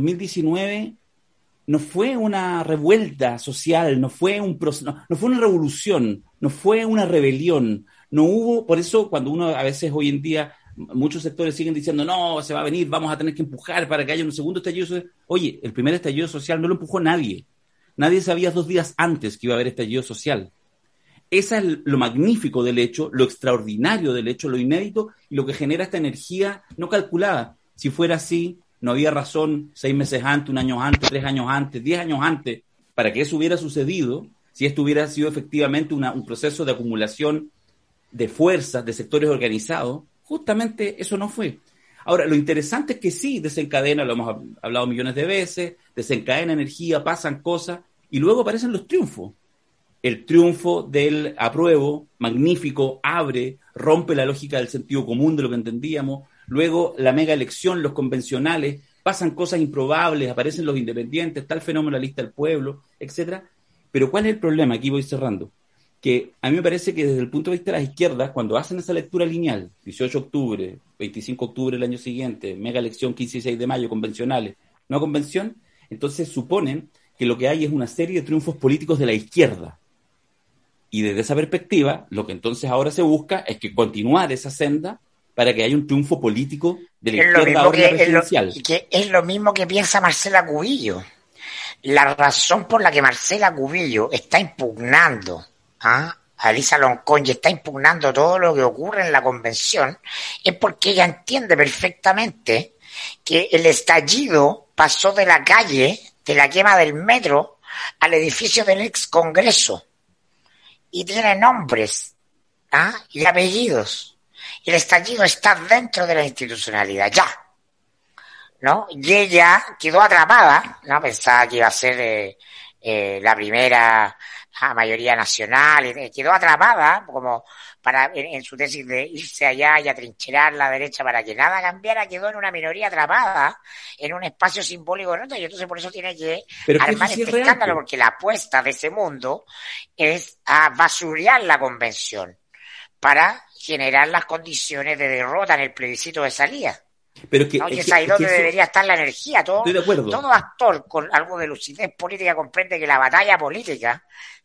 2019 no fue una revuelta social, no fue una revolución, no fue una rebelión, no hubo, por eso cuando uno a veces hoy en día, muchos sectores siguen diciendo, no, se va a venir, vamos a tener que empujar para que haya un segundo estallido social. Oye, el primer estallido social no lo empujó nadie. Nadie sabía 2 días antes que iba a haber estallido social. Esa es lo magnífico del hecho, lo extraordinario del hecho, lo inédito y lo que genera esta energía no calculada. Si fuera así, no había razón 6 meses antes, 1 año antes, 3 años antes, 10 años antes, para que eso hubiera sucedido, si esto hubiera sido efectivamente un proceso de acumulación de fuerzas, de sectores organizados. Justamente eso no fue. Ahora, lo interesante es que sí desencadena, lo hemos hablado millones de veces, desencadena energía, pasan cosas, y luego aparecen los triunfos. El triunfo del apruebo, magnífico, rompe la lógica del sentido común de lo que entendíamos. Luego la mega elección, los convencionales, pasan cosas improbables, aparecen los independientes, está el fenómeno de la lista del pueblo, etcétera. Pero ¿cuál es el problema? Aquí voy cerrando. Que a mí me parece que desde el punto de vista de las izquierdas, cuando hacen esa lectura lineal, 18 de octubre, 25 de octubre el año siguiente, mega elección 15 y 6 de mayo, convencionales, no convención, entonces suponen que lo que hay es una serie de triunfos políticos de la izquierda. Y desde esa perspectiva, lo que entonces ahora se busca es que continuar esa senda para que haya un triunfo político de la izquierda ahora en la presidencial. Que es lo mismo que piensa Marcela Cubillo. La razón por la que Marcela Cubillo está impugnando a Elisa Loncón y está impugnando todo lo que ocurre en la convención es porque ella entiende perfectamente que el estallido pasó de la calle, de la quema del metro, al edificio del ex Congreso y tiene nombres y apellidos. Y el estallido está dentro de la institucionalidad ya, ¿no? Y ella quedó atrapada, ¿no? Pensaba que iba a ser la primera a mayoría nacional, y quedó atrapada como en su tesis de irse allá y atrincherar la derecha para que nada cambiara, quedó en una minoría atrapada en un espacio simbólico roto, y entonces por eso tiene que Pero es que eso armar sí es este real, escándalo, porque la apuesta de ese mundo es a basurear la convención para generar las condiciones de derrota en el plebiscito de salida. pero es que, ¿No? Y es ahí donde debería estar la energía. Estoy de acuerdo. Todo actor con algo de lucidez política comprende que la batalla política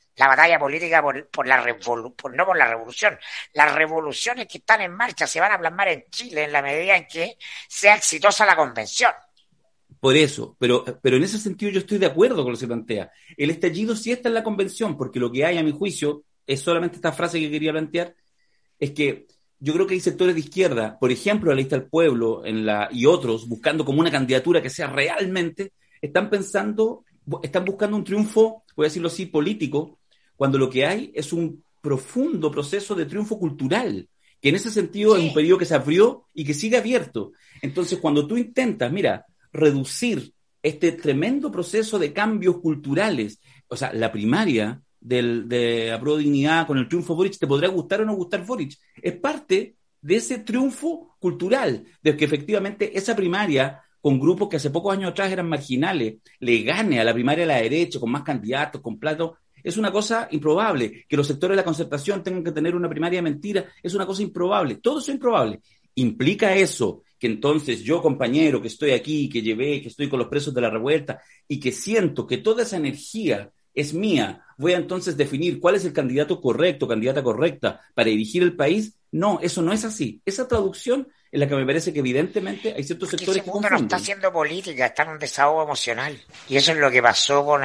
por la no por la revolución, las revoluciones que están en marcha se van a plasmar en Chile en la medida en que sea exitosa la convención. Por eso, pero en ese sentido yo estoy de acuerdo con lo que se plantea. El estallido sí está en la convención, porque lo que hay, a mi juicio, es solamente esta frase que quería plantear, es que yo creo que hay sectores de izquierda, por ejemplo, la Lista del Pueblo y otros, buscando como una candidatura que sea realmente, están buscando un triunfo, voy a decirlo así, político, cuando lo que hay es un profundo proceso de triunfo cultural, que en ese sentido es un periodo que se abrió y que sigue abierto. Entonces, cuando tú intentas, mira, reducir este tremendo proceso de cambios culturales, o sea, la primaria de Apruebo Dignidad con el triunfo Boric, te podrá gustar o no gustar Boric, es parte de ese triunfo cultural, de que efectivamente esa primaria, con grupos que hace pocos años atrás eran marginales, le gane a la primaria de la derecha, con más candidatos, con platos, es una cosa improbable. Que los sectores de la concertación tengan que tener una primaria de mentira, es una cosa improbable. Todo eso es improbable. ¿Implica eso que entonces yo, compañero, que estoy aquí, que estoy con los presos de la revuelta y que siento que toda esa energía es mía, voy a entonces definir cuál es el candidato correcto, candidata correcta para dirigir el país? No, eso no es así. Esa traducción es la que me parece que evidentemente hay ciertos sectores que confunden. Ese mundo no está haciendo política, está en un desahogo emocional. Y eso es lo que pasó con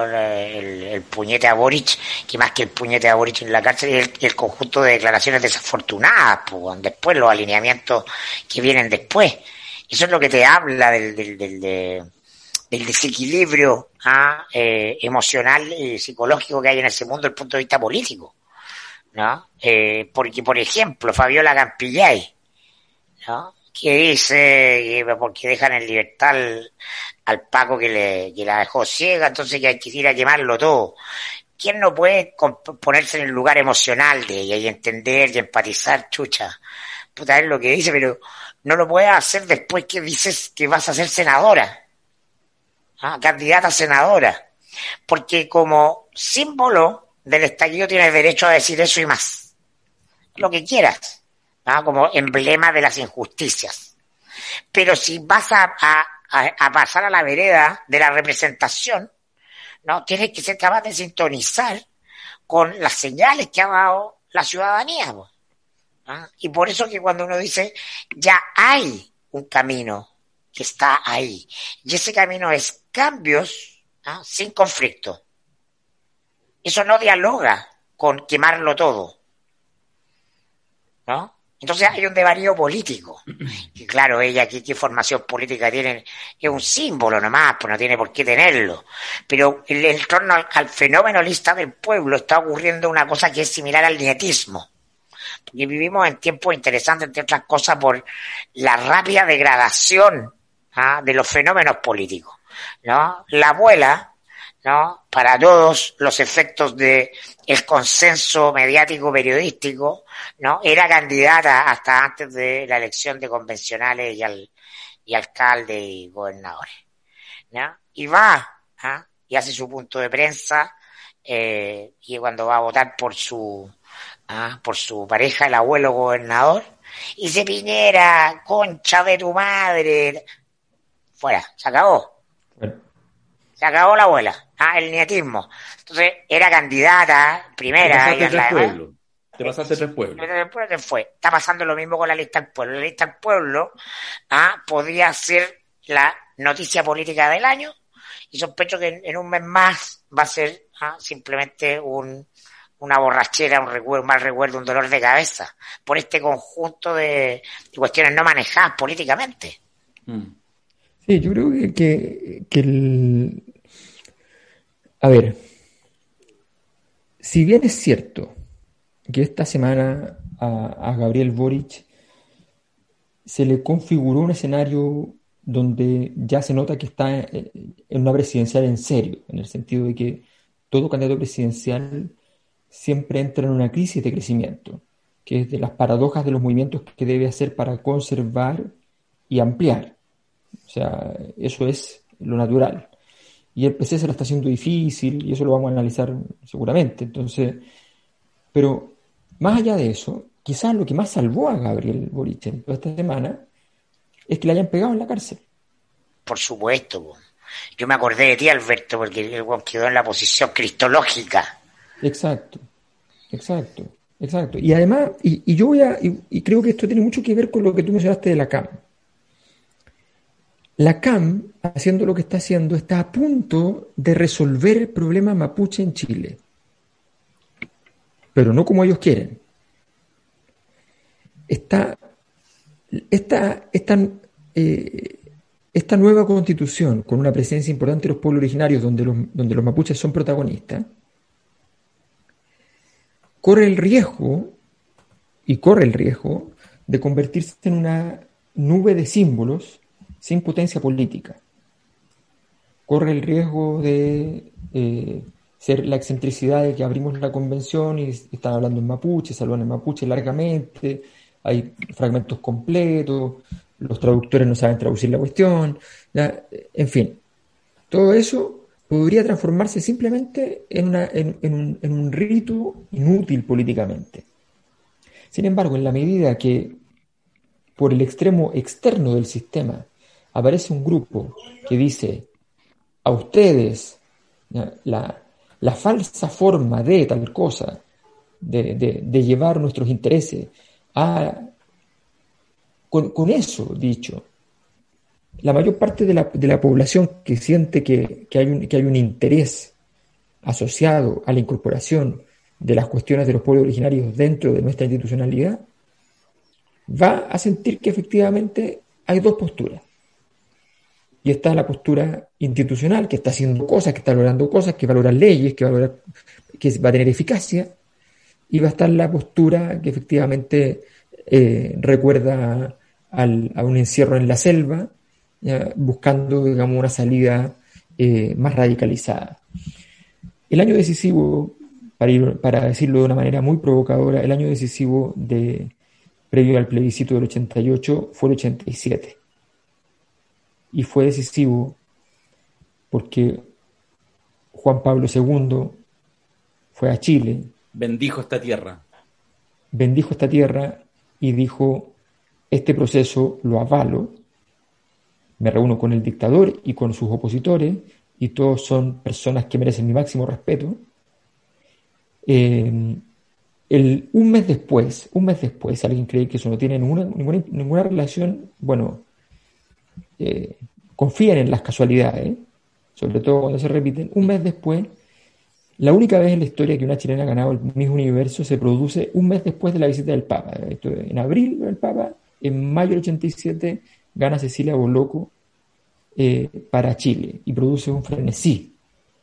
el puñete a Boric, que más que el puñete a Boric en la cárcel, es el conjunto de declaraciones desafortunadas, pues, después los alineamientos que vienen después. Eso es lo que te habla del desequilibrio emocional y psicológico que hay en ese mundo desde el punto de vista político, ¿no? Porque, por ejemplo, Fabiola Campillay, ¿no? Que dice que porque dejan en libertad al Paco que la dejó ciega, entonces que hay que ir a quemarlo todo. ¿Quién no puede ponerse en el lugar emocional de ella y entender y empatizar, chucha? Puta, es lo que dice, pero no lo puedes hacer después que dices que vas a ser senadora, candidata a senadora, porque como símbolo del estallido tienes derecho a decir eso y más, lo que quieras, como emblema de las injusticias. Pero si vas a pasar a la vereda de la representación, no tienes que ser capaz de sintonizar con las señales que ha dado la ciudadanía, y por eso que cuando uno dice ya hay un camino que está ahí, y ese camino es cambios sin conflicto, eso no dialoga con quemarlo todo, ¿no? Entonces hay un desvarío político. Y claro, ella aquí, ¿qué formación política tiene? Es un símbolo nomás, pues no tiene por qué tenerlo. Pero en torno al fenómeno Lista del Pueblo está ocurriendo una cosa que es similar al nietismo. Porque vivimos en tiempos interesantes, entre otras cosas, por la rápida degradación de los fenómenos políticos, ¿no? La abuela, ¿no? Para todos los efectos de el consenso mediático periodístico, ¿no? Era candidata hasta antes de la elección de convencionales y alcaldes y gobernadores, ¿no? Y va, y hace su punto de prensa, y cuando va a votar por su pareja, el abuelo gobernador, y dice: Piñera, concha de tu madre, fuera, se acabó. Se acabó la abuela, el nietismo. Entonces, era candidata primera. Te pasaste tres pueblos. Después fue. Está pasando lo mismo con la Lista del Pueblo. La Lista del Pueblo podía ser la noticia política del año, y sospecho que en un mes más va a ser simplemente una borrachera, un mal recuerdo, un dolor de cabeza, por este conjunto de cuestiones no manejadas políticamente. Sí, yo creo a ver, si bien es cierto que esta semana a Gabriel Boric se le configuró un escenario donde ya se nota que está en una presidencial en serio, en el sentido de que todo candidato presidencial siempre entra en una crisis de crecimiento, que es de las paradojas de los movimientos que debe hacer para conservar y ampliar. O sea, eso es lo natural. Y el PC se la está haciendo difícil, y eso lo vamos a analizar seguramente. Entonces, pero más allá de eso, quizás lo que más salvó a Gabriel Boric en toda esta semana es que le hayan pegado en la cárcel. Por supuesto, po. Yo me acordé de ti, Alberto, porque el weón quedó en la posición cristológica. Exacto. Y además, y yo y creo que esto tiene mucho que ver con lo que tú mencionaste de la CAM. La CAM, haciendo lo que está haciendo, está a punto de resolver el problema mapuche en Chile. Pero no como ellos quieren. Esta nueva constitución, con una presencia importante de los pueblos originarios, donde los mapuches son protagonistas, corre el riesgo de convertirse en una nube de símbolos sin potencia política. Corre el riesgo de ser la excentricidad de que abrimos la convención y están hablando en mapuche, saludan en mapuche largamente, hay fragmentos completos, los traductores no saben traducir la cuestión, ¿ya? En fin, todo eso podría transformarse simplemente en un rito inútil políticamente. Sin embargo, en la medida que por el extremo externo del sistema aparece un grupo que dice a ustedes, ¿ya?, la falsa forma de tal cosa, de llevar nuestros intereses con eso dicho, la mayor parte de la población que siente que hay un interés asociado a la incorporación de las cuestiones de los pueblos originarios dentro de nuestra institucionalidad, va a sentir que efectivamente hay dos posturas. Y está la postura institucional, que está haciendo cosas, que está logrando cosas, que valora leyes, que va a tener eficacia, y va a estar la postura que efectivamente recuerda a un encierro en la selva, buscando, digamos, una salida más radicalizada. El año decisivo, para decirlo de una manera muy provocadora, el año decisivo previo al plebiscito del 88 fue el 87. Y fue decisivo porque Juan Pablo II fue a Chile, bendijo esta tierra y dijo: este proceso lo avalo, me reúno con el dictador y con sus opositores, y todos son personas que merecen mi máximo respeto. Un mes después, alguien cree que eso no tiene ninguna relación, bueno, confíen en las casualidades, sobre todo cuando se repiten. Un mes después, la única vez en la historia que una chilena ha ganado el Miss Universo se produce un mes después de la visita del Papa. Esto en abril del Papa, en mayo del 87 gana Cecilia Boloco para Chile y produce un frenesí.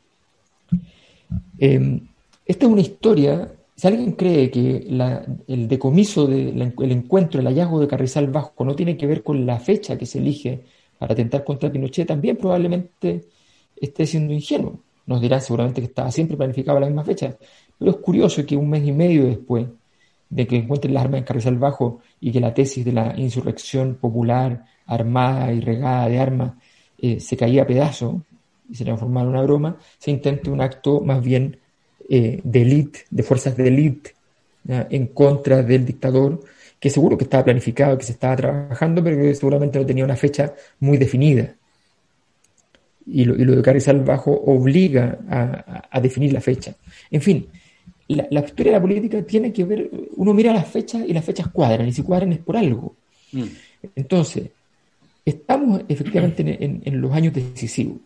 Esta es una historia. Si alguien cree que el decomiso, el encuentro, el hallazgo de Carrizal Bajo no tiene que ver con la fecha que se elige para atentar contra Pinochet, también probablemente esté siendo ingenuo. Nos dirán seguramente que estaba siempre planificado a la misma fecha, pero es curioso que un mes y medio después de que encuentren las armas en Carrizal Bajo y que la tesis de la insurrección popular armada y regada de armas se caía a pedazos y se transformaba en una broma, se intente un acto más bien de élite, de fuerzas de élite, en contra del dictador, que seguro que estaba planificado, que se estaba trabajando, pero que seguramente no tenía una fecha muy definida. Y lo de Carrizal Bajo obliga a definir la fecha. En fin, la historia de la política tiene que ver, uno mira las fechas y las fechas cuadran, y si cuadran es por algo. Entonces, estamos efectivamente en los años decisivos.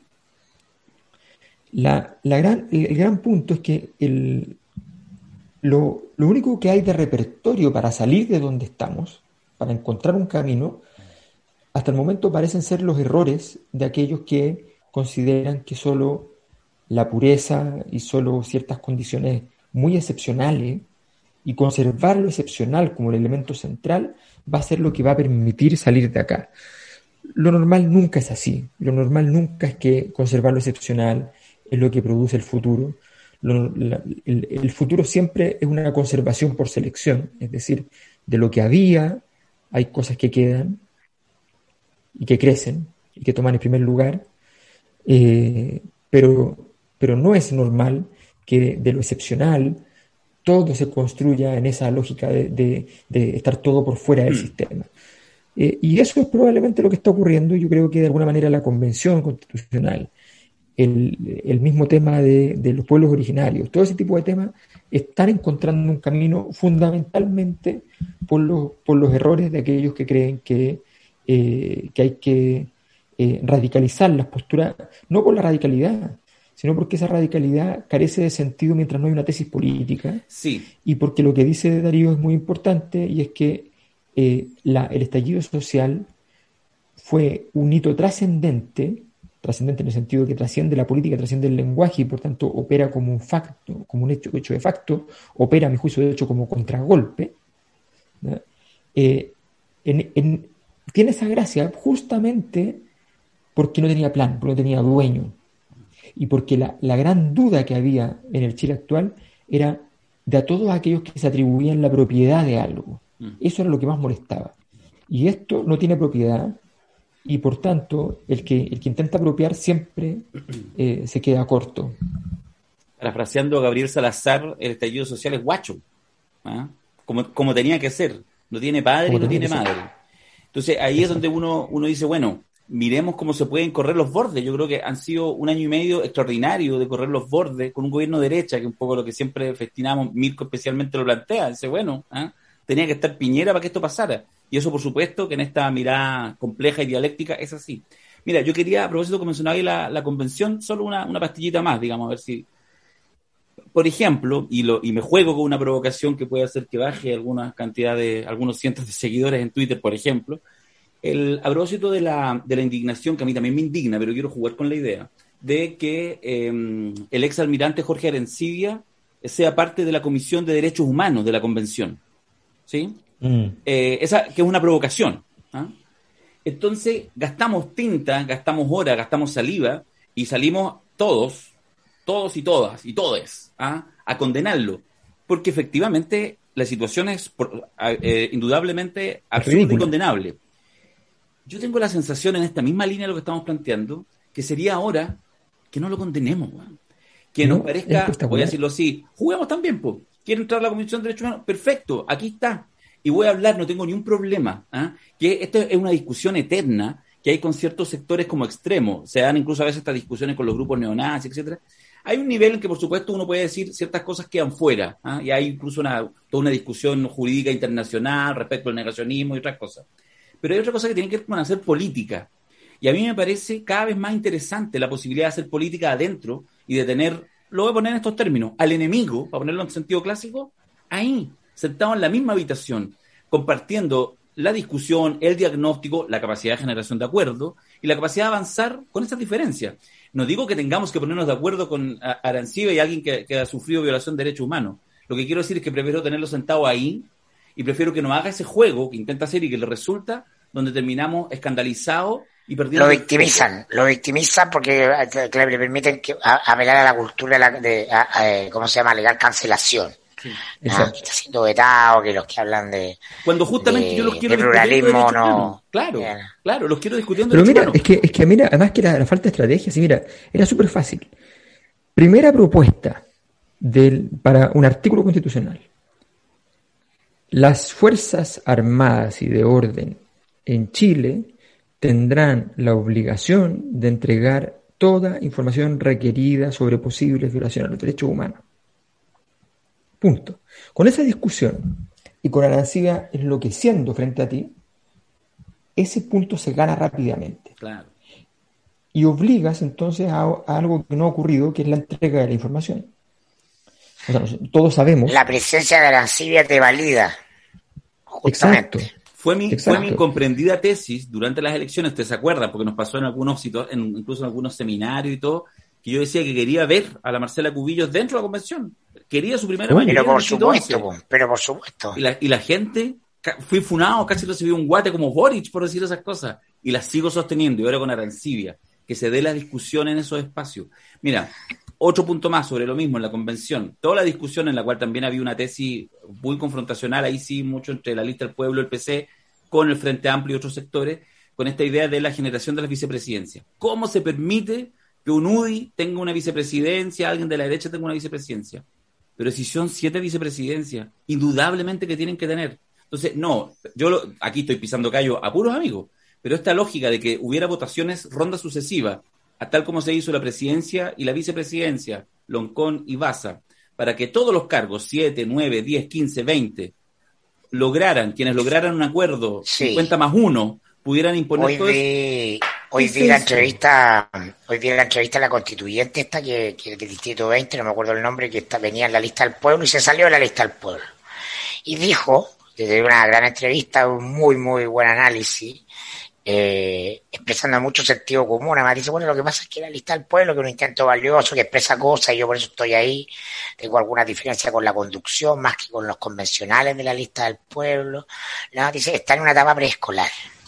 El gran punto es que lo único que hay de repertorio para salir de donde estamos, para encontrar un camino, hasta el momento parecen ser los errores de aquellos que consideran que solo la pureza y solo ciertas condiciones muy excepcionales y conservar lo excepcional como el elemento central va a ser lo que va a permitir salir de acá. Lo normal nunca es así. Lo normal nunca es que conservar lo excepcional es lo que produce el futuro. el futuro siempre es una conservación por selección, es decir, de lo que había, hay cosas que quedan y que crecen y que toman el primer lugar, pero no es normal que de lo excepcional todo se construya en esa lógica de estar todo por fuera del sistema. Y eso es probablemente lo que está ocurriendo. Yo creo que de alguna manera la Convención Constitucional, el mismo tema de los pueblos originarios, todo ese tipo de temas están encontrando un camino fundamentalmente por los errores de aquellos que creen que hay que radicalizar las posturas, no por la radicalidad, sino porque esa radicalidad carece de sentido mientras no hay una tesis política. Sí. Y porque lo que dice Darío es muy importante, y es que el estallido social fue un hito trascendente en el sentido que trasciende la política, trasciende el lenguaje y por tanto opera como un facto, como un hecho de facto, opera a mi juicio de hecho como contragolpe, ¿no? Tiene esa gracia justamente porque no tenía plan, porque no tenía dueño, y porque la gran duda que había en el Chile actual era de a todos aquellos que se atribuían la propiedad de algo. Eso era lo que más molestaba. Y esto no tiene propiedad, y por tanto el que intenta apropiar siempre se queda corto. Parafraseando a Gabriel Salazar, el estallido social es guacho, ¿ah? Como tenía que ser. No tiene padre y no tiene madre. Entonces ahí es donde uno dice, bueno, miremos cómo se pueden correr los bordes. Yo creo que han sido un año y medio extraordinario de correr los bordes con un gobierno de derecha, que es un poco lo que siempre festinamos, Mirko especialmente lo plantea, dice, bueno, tenía que estar Piñera para que esto pasara. Y eso, por supuesto, que en esta mirada compleja y dialéctica es así. Mira, yo quería, a propósito que mencionabais la convención, solo una pastillita más, digamos, a ver si... Por ejemplo, y me juego con una provocación que puede hacer que baje alguna cantidad algunos cientos de seguidores en Twitter, por ejemplo, a propósito de la indignación, que a mí también me indigna, pero quiero jugar con la idea, de que el ex almirante Jorge Arencibia sea parte de la Comisión de Derechos Humanos de la Convención. ¿Sí? Esa que es una provocación. Entonces, gastamos tinta, gastamos horas, gastamos saliva, y salimos todos y todas, y todes, a condenarlo. Porque efectivamente la situación es indudablemente absurda y condenable. Yo tengo la sensación, en esta misma línea de lo que estamos planteando, que sería ahora que no lo condenemos, que nos parezca, voy a decirlo así, juguemos también, pues. ¿Quiere entrar a la Comisión de Derechos Humanos? Perfecto, aquí está. Y voy a hablar, no tengo ni un problema, que esto es una discusión eterna que hay con ciertos sectores como extremos. Se dan incluso a veces estas discusiones con los grupos neonazis, etcétera. Hay un nivel en que, por supuesto, uno puede decir ciertas cosas quedan fuera, y hay incluso toda una discusión jurídica internacional respecto al negacionismo y otras cosas. Pero hay otra cosa que tiene que ver con hacer política. Y a mí me parece cada vez más interesante la posibilidad de hacer política adentro y de tener, lo voy a poner en estos términos, al enemigo, para ponerlo en sentido clásico, ahí, sentado en la misma habitación, compartiendo la discusión, el diagnóstico, la capacidad de generación de acuerdo y la capacidad de avanzar con esas diferencias. No digo que tengamos que ponernos de acuerdo con Arancibia y alguien que ha sufrido violación de derechos humanos. Lo que quiero decir es que prefiero tenerlo sentado ahí y prefiero que no haga ese juego que intenta hacer y que le resulta, donde terminamos escandalizados y perdiendo. Lo victimizan porque le permiten apelar a la cultura de ¿cómo se llama? Legal cancelación. Sí. Que está siendo vetado, que los que hablan de cuando justamente yo los quiero de pluralismo no. Claro, los quiero discutiendo. Pero mira, es que mira, además que la falta de estrategia, sí, mira, era súper fácil. Primera propuesta para un artículo constitucional. Las Fuerzas Armadas y de Orden en Chile tendrán la obligación de entregar toda información requerida sobre posibles violaciones a los derechos humanos. Punto. Con esa discusión y con Arancibia enloqueciendo frente a ti, ese punto se gana rápidamente. Claro. Y obligas entonces a algo que no ha ocurrido, que es la entrega de la información. O sea, todos sabemos. La presencia de Arancibia te valida. Justamente. Exacto. Fue mi incomprendida tesis durante las elecciones, ¿te se acuerdan? Porque nos pasó en algunos incluso en algunos seminarios y todo, que yo decía que quería ver a la Marcela Cubillos dentro de la convención. Quería su primera mayoría. Pero por supuesto. Y la gente, fui funado, casi recibió un guate como Boric por decir esas cosas. Y las sigo sosteniendo, y ahora con Arancibia, que se dé la discusión en esos espacios. Mira, otro punto más sobre lo mismo en la convención. Toda la discusión en la cual también había una tesis muy confrontacional, ahí sí, mucho entre la lista del pueblo, el PC, con el Frente Amplio y otros sectores, con esta idea de la generación de las vicepresidencias. ¿Cómo se permite que un UDI tenga una vicepresidencia, alguien de la derecha tenga una vicepresidencia? Pero si son 7 vicepresidencias, indudablemente que tienen que tener. Entonces, no, aquí estoy pisando callo a puros amigos, pero esta lógica de que hubiera votaciones, rondas sucesivas, a tal como se hizo la presidencia y la vicepresidencia, Loncón y Baza, para que todos los cargos, 7, 9, 10, 15, 20, quienes lograran un acuerdo, Sí. 50 más 1, pudieran imponer todo eso. Hoy vi la entrevista a la constituyente esta que del Distrito 20, no me acuerdo el nombre, que venía en la lista del pueblo y se salió de la lista del pueblo. Y dijo, desde una gran entrevista, un muy, muy buen análisis, expresando mucho sentido común. Además dice, bueno, lo que pasa es que la lista del pueblo, que es un intento valioso, que expresa cosas, y yo por eso estoy ahí, tengo alguna diferencia con la conducción, más que con los convencionales de la lista del pueblo. No, dice, está en una etapa preescolar.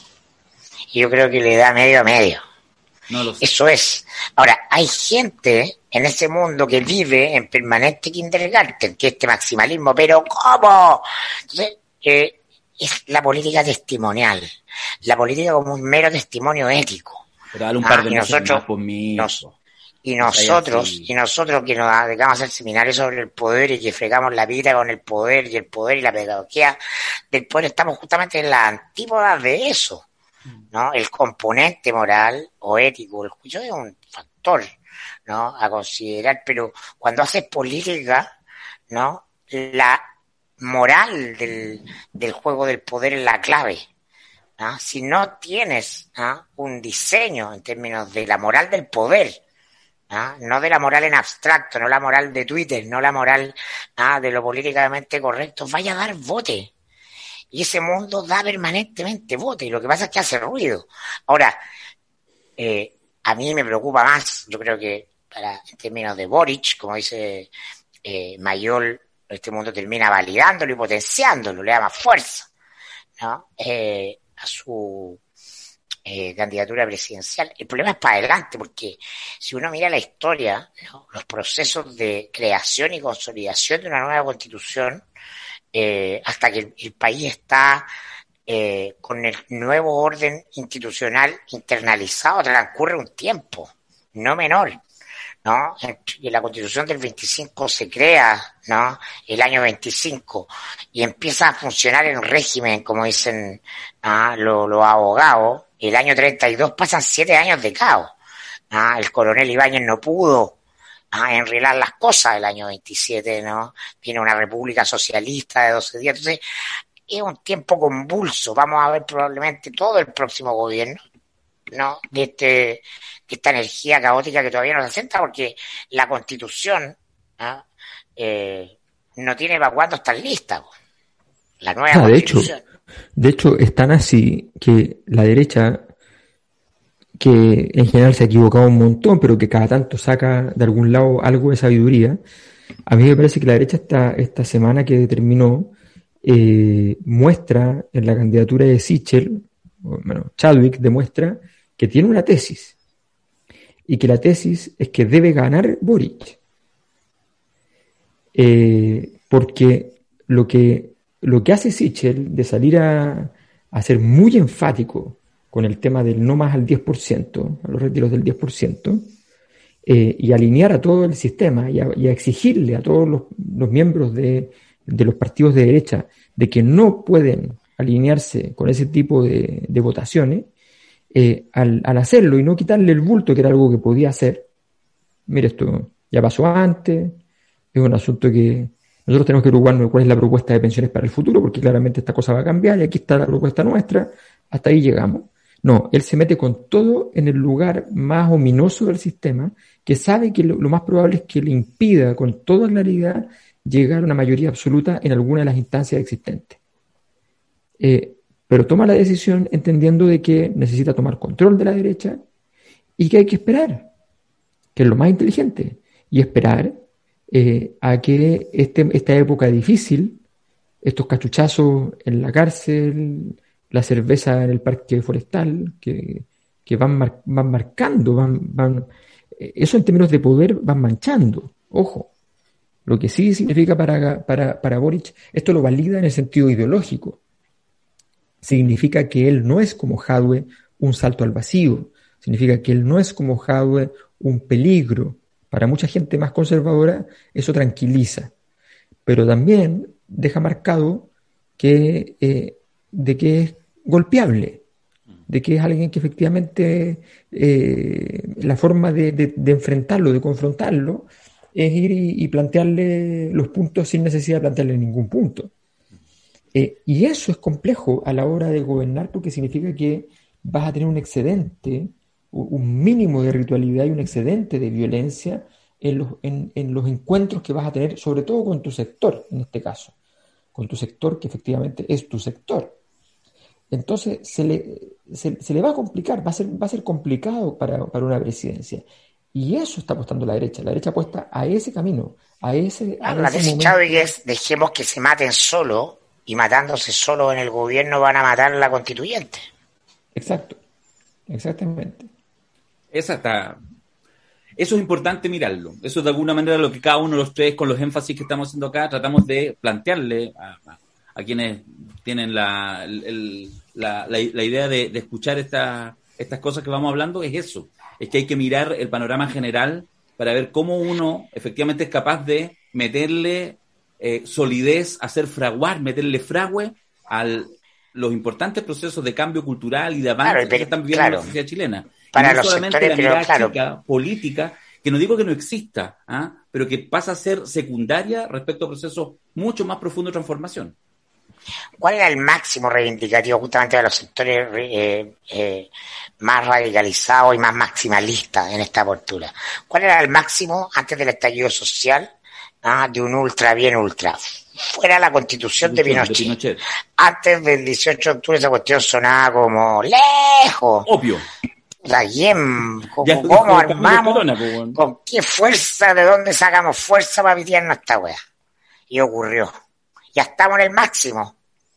Y yo creo que le da medio a medio. No lo sé. Eso es. Ahora, hay gente en ese mundo que vive en permanente kindergarten, que este maximalismo, pero ¿cómo? Entonces, es la política testimonial, la política como un mero testimonio ético. Pero dale un par de y meses nosotros, más por mí. y nosotros que nos dedicamos a hacer seminarios sobre el poder y que fregamos la vida con el poder y la pedagogía del poder, estamos justamente en las antípodas de eso, ¿no? El componente moral o ético, el juicio es un factor, ¿no?, a considerar, pero cuando haces política, ¿no?, la moral del juego del poder es la clave, ¿no? Si no tienes, ¿no?, un diseño en términos de la moral del poder, no de la moral en abstracto, no la moral de Twitter, no la moral de lo políticamente correcto, vaya a dar bote. Y ese mundo da permanentemente bote, y lo que pasa es que hace ruido. Ahora, a mí me preocupa más, yo creo que en términos de Boric, como dice Mayol, este mundo termina validándolo y potenciándolo, le da más fuerza, ¿no?, a su candidatura presidencial. El problema es para adelante, porque si uno mira la historia, ¿no?, los procesos de creación y consolidación de una nueva constitución, hasta que el país está con el nuevo orden institucional internalizado, transcurre un tiempo no menor, ¿no? Y la Constitución del 25 se crea, ¿no?, el año 25, y empieza a funcionar en régimen, como dicen los abogados. El año 32 pasan 7 años de caos. El coronel Ibáñez no pudo enrilar las cosas. El año 27, ¿no?, viene una república socialista de 12 días. Entonces, es un tiempo convulso. Vamos a ver probablemente todo el próximo gobierno, ¿no?, de esta energía caótica que todavía no se asienta, porque la Constitución no tiene para cuándo estar lista, la nueva Constitución. De hecho, es tan así que la derecha, que en general se ha equivocado un montón, pero que cada tanto saca de algún lado algo de sabiduría, a mí me parece que la derecha esta semana que terminó muestra en la candidatura de Sichel, Chadwick demuestra que tiene una tesis, y que la tesis es que debe ganar Boric, porque lo que hace Sichel de salir a ser muy enfático con el tema del no más al 10%, a los retiros del 10%, y alinear a todo el sistema y a exigirle a todos los miembros de los partidos de derecha de que no pueden alinearse con ese tipo de votaciones, al hacerlo y no quitarle el bulto, que era algo que podía hacer. Mire, esto ya pasó antes, es un asunto que nosotros tenemos que preocuparnos de cuál es la propuesta de pensiones para el futuro, porque claramente esta cosa va a cambiar y aquí está la propuesta nuestra, hasta ahí llegamos. No, él se mete con todo en el lugar más ominoso del sistema, que sabe que lo más probable es que le impida con toda claridad llegar a una mayoría absoluta en alguna de las instancias existentes. Pero toma la decisión entendiendo de que necesita tomar control de la derecha y que hay que esperar, que es lo más inteligente, y esperar a que esta época difícil, estos cachuchazos en la cárcel, la cerveza en el parque forestal, que van marcando, van eso en términos de poder van manchando, ojo. Lo que sí significa para Boric, esto lo valida en el sentido ideológico. Significa que él no es como Jadwe un salto al vacío, significa que él no es como Jadwe un peligro. Para mucha gente más conservadora eso tranquiliza, pero también deja marcado de que es golpeable, de que es alguien que efectivamente la forma de enfrentarlo, de confrontarlo, es ir y plantearle los puntos sin necesidad de plantearle ningún punto. Y eso es complejo a la hora de gobernar porque significa que vas a tener un excedente, un mínimo de ritualidad y un excedente de violencia en los encuentros que vas a tener, sobre todo con tu sector, en este caso, con tu sector que efectivamente es tu sector. Entonces se le va a complicar, va a ser complicado para una presidencia. Y eso está apostando la derecha apuesta a ese camino, a ese la tesis Chávez es: dejemos que se maten solo, y matándose solo en el gobierno van a matar a la constituyente. Exacto, exactamente. Eso es importante mirarlo. Eso es de alguna manera lo que cada uno de los tres, con los énfasis que estamos haciendo acá, tratamos de plantearle a quienes tienen la idea de escuchar estas cosas que vamos hablando. Es eso, es que hay que mirar el panorama general para ver cómo uno efectivamente es capaz de meterle solidez, hacer fraguar, meterle fragüe a los importantes procesos de cambio cultural y de avance que están viviendo en la sociedad chilena. Para y no los solamente sectores, la mirada chica, política, que no digo que no exista, pero que pasa a ser secundaria respecto a procesos mucho más profundos de transformación. ¿Cuál era el máximo reivindicativo justamente de los sectores más radicalizados y más maximalistas en esta postura? ¿Cuál era el máximo antes del estallido social de un ultra bien ultra? Fuera la constitución de Pinochet. Antes del 18 de octubre esa cuestión sonaba como lejos. Obvio. O sea, ¿cómo armamos? ¿Con qué fuerza? ¿De dónde sacamos fuerza para pitearnos esta wea? Y ocurrió. Ya estamos en el máximo.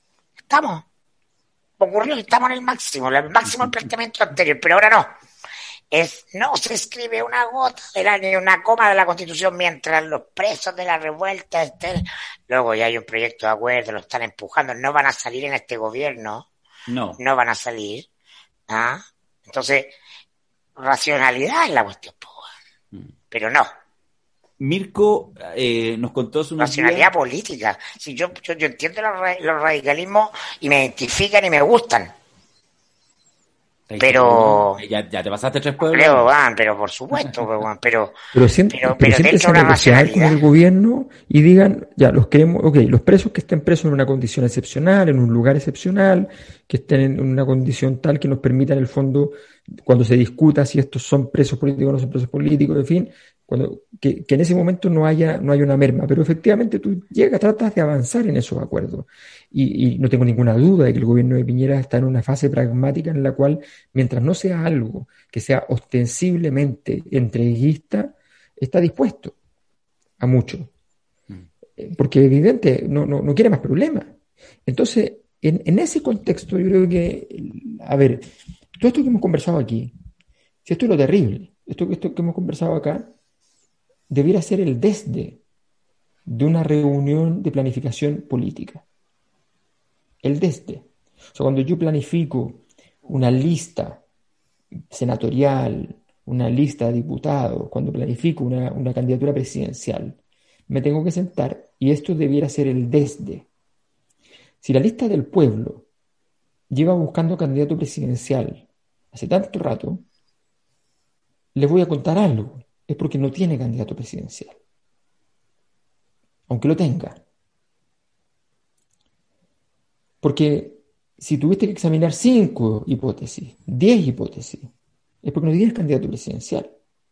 Ocurrió que estamos en el máximo del planteamiento anterior, pero ahora no. No se escribe una gota ni una coma de la Constitución mientras los presos de la revuelta estén. Luego ya hay un proyecto de acuerdo, lo están empujando, no van a salir en este gobierno. No van a salir. Entonces, racionalidad es la cuestión, pero no. Mirko nos contó hace unos racionalidad días... política. Si yo entiendo los radicalismos y me identifican y me gustan. Pero ya te pasaste 3 pueblos. Pero por supuesto, pero dentro de una racionalidad con el gobierno y digan, ya los queremos, los presos que estén presos en una condición excepcional, en un lugar excepcional, que estén en una condición tal que nos permita en el fondo, cuando se discuta si estos son presos políticos o no son presos políticos, en fin, que en ese momento no haya una merma, pero efectivamente tú tratas de avanzar en esos acuerdos. Y no tengo ninguna duda de que el gobierno de Piñera está en una fase pragmática en la cual, mientras no sea algo que sea ostensiblemente entreguista, está dispuesto a mucho. Porque evidente, no quiere más problemas. Entonces, en ese contexto, yo creo que, a ver, todo esto que hemos conversado aquí, si esto es lo terrible, esto que hemos conversado acá, debiera ser el desde de una reunión de planificación política. El desde. O sea, cuando yo planifico una lista senatorial, una lista de diputados, cuando planifico una candidatura presidencial, me tengo que sentar y esto debiera ser el desde. Si la lista del pueblo lleva buscando candidato presidencial hace tanto rato, les voy a contar algo. Es porque no tiene candidato presidencial. Aunque lo tenga. Porque si tuviste que examinar 5 hipótesis, 10 hipótesis, es porque no tienes candidato presidencial.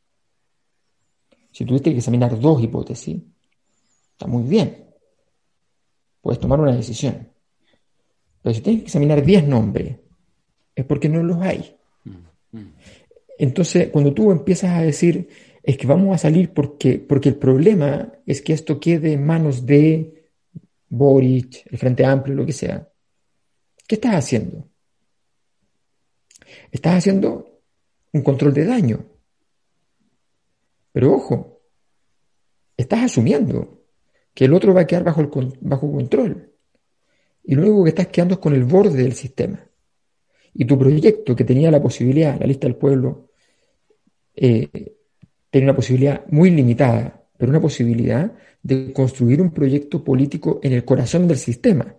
Si tuviste que examinar 2 hipótesis, está muy bien. Puedes tomar una decisión. Pero si tienes que examinar 10 nombres, es porque no los hay. Entonces, cuando tú empiezas a decir, es que vamos a salir porque el problema es que esto quede en manos de Boric, el Frente Amplio, lo que sea. ¿Qué estás haciendo? Estás haciendo un control de daño. Pero ojo, estás asumiendo que el otro va a quedar bajo control. Y lo único que estás quedando es con el borde del sistema. Y tu proyecto, que tenía la posibilidad, la lista del pueblo, tenía una posibilidad muy limitada, pero una posibilidad de construir un proyecto político en el corazón del sistema.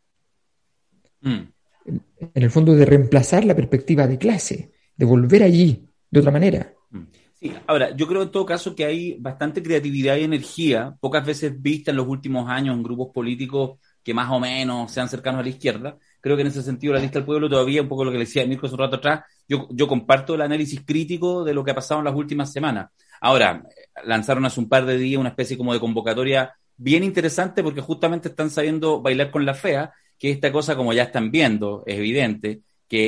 Mm. En el fondo, de reemplazar la perspectiva de clase, de volver allí de otra manera. Sí, ahora, yo creo en todo caso que hay bastante creatividad y energía, pocas veces vista en los últimos años en grupos políticos que más o menos sean cercanos a la izquierda. Creo que en ese sentido la lista del pueblo todavía, un poco lo que le decía Mirko hace un rato atrás, yo comparto el análisis crítico de lo que ha pasado en las últimas semanas. Ahora, lanzaron hace un par de días una especie como de convocatoria bien interesante porque justamente están sabiendo bailar con la fea, que esta cosa, como ya están viendo, es evidente,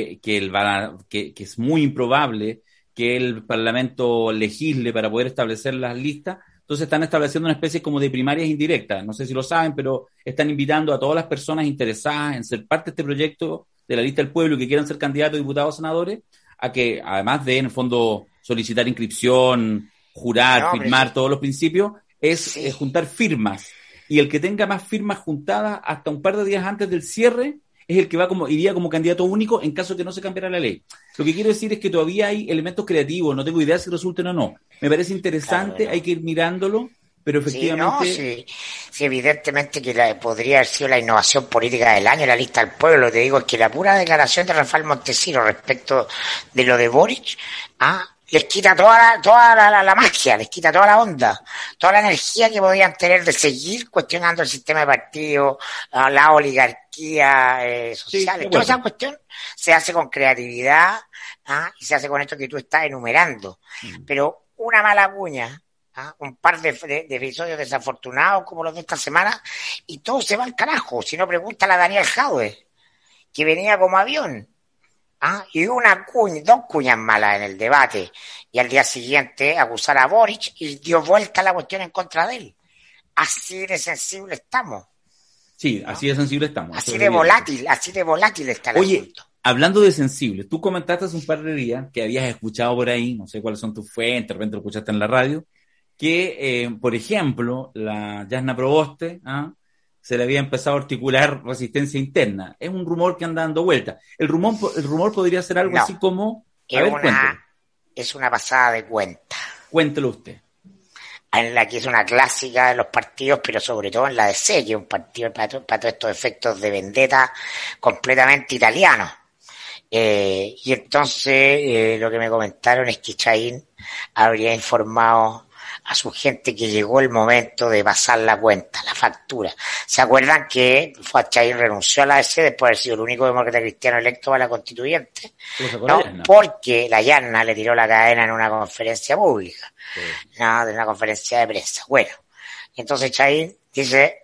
que es muy improbable que el Parlamento legisle para poder establecer las listas. Entonces están estableciendo una especie como de primarias indirectas. No sé si lo saben, pero están invitando a todas las personas interesadas en ser parte de este proyecto de la lista del pueblo y que quieran ser candidatos, diputados, senadores, a que además de, en el fondo, solicitar inscripción, jurar, firmar todos los principios, es juntar firmas. Y el que tenga más firmas juntadas hasta un par de días antes del cierre es el que iría como candidato único en caso de que no se cambiara la ley. Lo que quiero decir es que todavía hay elementos creativos, no tengo idea si resulten o no. Me parece interesante, claro, hay que ir mirándolo, pero efectivamente... Sí, evidentemente que podría haber sido la innovación política del año, la lista del pueblo. Te digo, es que la pura declaración de Rafael Montesinos respecto de lo de Boric, les quita toda la magia, les quita toda la onda, toda la energía que podían tener de seguir cuestionando el sistema de partidos, la oligarquía social. Sí, toda esa cuestión se hace con creatividad y se hace con esto que tú estás enumerando. Pero una mala cuña, un par de episodios desafortunados como los de esta semana, y todo se va al carajo. Si no, pregúntale a Daniel Jadwe, que venía como avión. Y dos cuñas malas en el debate, y al día siguiente acusar a Boric y dio vuelta la cuestión en contra de él. Así de sensible estamos. Sí, así de sensible estamos. Así de volátil está el asunto. Hablando de sensible, tú comentaste hace un par de días que habías escuchado por ahí, no sé cuáles son tus fuentes, de repente lo escuchaste en la radio, que, por ejemplo, la Jasna Proboste, se le había empezado a articular resistencia interna. Es un rumor que anda dando vuelta. El rumor podría ser algo así como... Es una pasada de cuenta. Cuéntelo usted. En la que es una clásica de los partidos, pero sobre todo en la DC, que es un partido para todos estos efectos de vendetta completamente italiano. Y entonces lo que me comentaron es que Chahín habría informado a su gente que llegó el momento de pasar la cuenta, la factura. ¿Se acuerdan que Chahín renunció a la DC después de haber sido el único demócrata cristiano electo a la constituyente? No, porque la Yarna le tiró la cadena en una conferencia pública, de una conferencia de prensa. Bueno, entonces Chahín dice,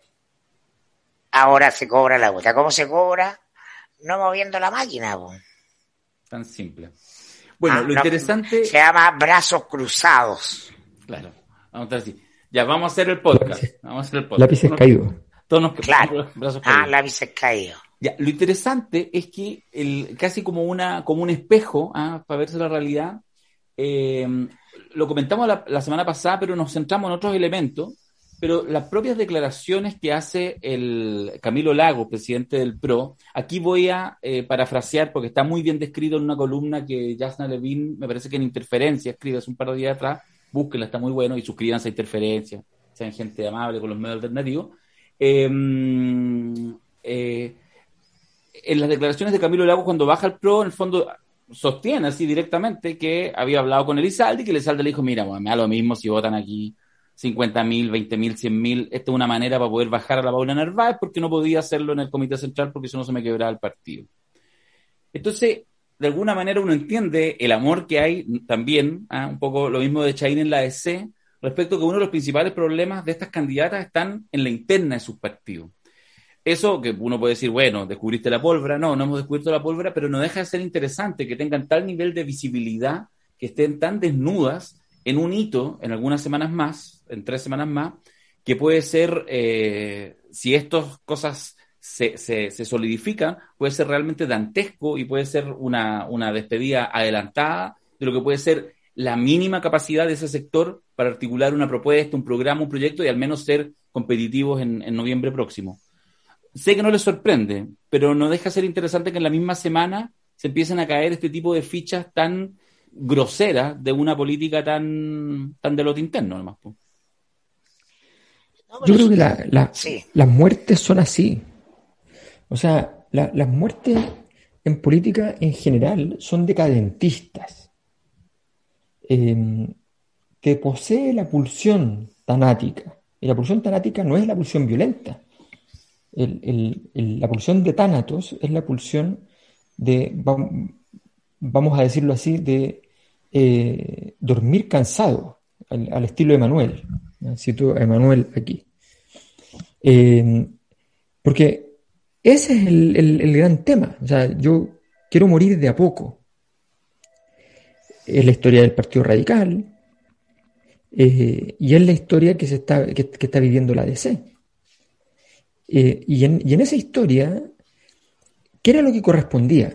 ahora se cobra la cuota. ¿Cómo se cobra? No moviendo la máquina, pues. Tan simple. Bueno, lo interesante... Se llama brazos cruzados. Claro. Vamos a así. Ya, vamos a hacer el podcast. Lápices caídos. Claro. Lápices caídos. Ya, lo interesante es que casi como un espejo, para verse la realidad, lo comentamos la semana pasada, pero nos centramos en otros elementos, pero las propias declaraciones que hace el Camilo Lagos, presidente del PRO, aquí voy a parafrasear porque está muy bien descrito en una columna que Jasna Levin, me parece que en Interferencia, escribe hace un par de días atrás. Búsquenla, está muy bueno, y suscríbanse a Interferencia, sean gente amable con los medios alternativos. En las declaraciones de Camilo Lagos, cuando baja al PRO, en el fondo sostiene así directamente que había hablado con Elizalde y que Elizalde le dijo, mira, bueno, me da lo mismo si votan aquí 50.000, 20.000, 100.000, esta es una manera para poder bajar a la Paula Narváez porque no podía hacerlo en el Comité Central porque eso no se me quebraba el partido. Entonces, de alguna manera uno entiende el amor que hay también, un poco lo mismo de Chahín en la DC, respecto a que uno de los principales problemas de estas candidatas están en la interna de sus partidos. Eso que uno puede decir, bueno, descubriste la pólvora. No hemos descubierto la pólvora, pero no deja de ser interesante que tengan tal nivel de visibilidad, que estén tan desnudas en un hito, en algunas semanas más, en 3 semanas más, que puede ser, si estas cosas se solidifican, puede ser realmente dantesco y puede ser una despedida adelantada de lo que puede ser la mínima capacidad de ese sector para articular una propuesta, un programa, un proyecto y al menos ser competitivos en noviembre próximo. Sé que no les sorprende, pero no deja de ser interesante que en la misma semana se empiecen a caer este tipo de fichas tan groseras de una política tan de lote interno, nomás. No, Yo pero creo que sí. las muertes son así. O sea, las muertes en política en general son decadentistas. Que posee la pulsión tanática. Y la pulsión tanática no es la pulsión violenta. La pulsión de tánatos es la pulsión de, vamos a decirlo así, de dormir cansado, al estilo de Emanuel. Cito a Emanuel aquí. Porque ese es el gran tema. O sea, yo quiero morir de a poco. Es la historia del Partido Radical y es la historia que está viviendo la DC. Y en esa historia, ¿qué era lo que correspondía?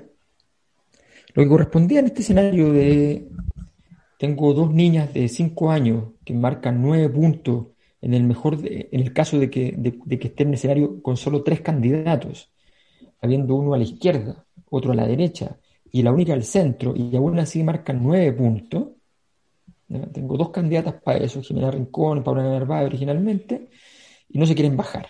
Lo que correspondía en este escenario de tengo dos niñas de 5 años que marcan 9 puntos en el caso de que esté en el escenario con solo 3 candidatos, habiendo uno a la izquierda, otro a la derecha y la única al centro, y aún así marcan 9 puntos. ¿Ya? Tengo 2 candidatas para eso, Jimena Rincón, Paula Narváez originalmente, y no se quieren bajar.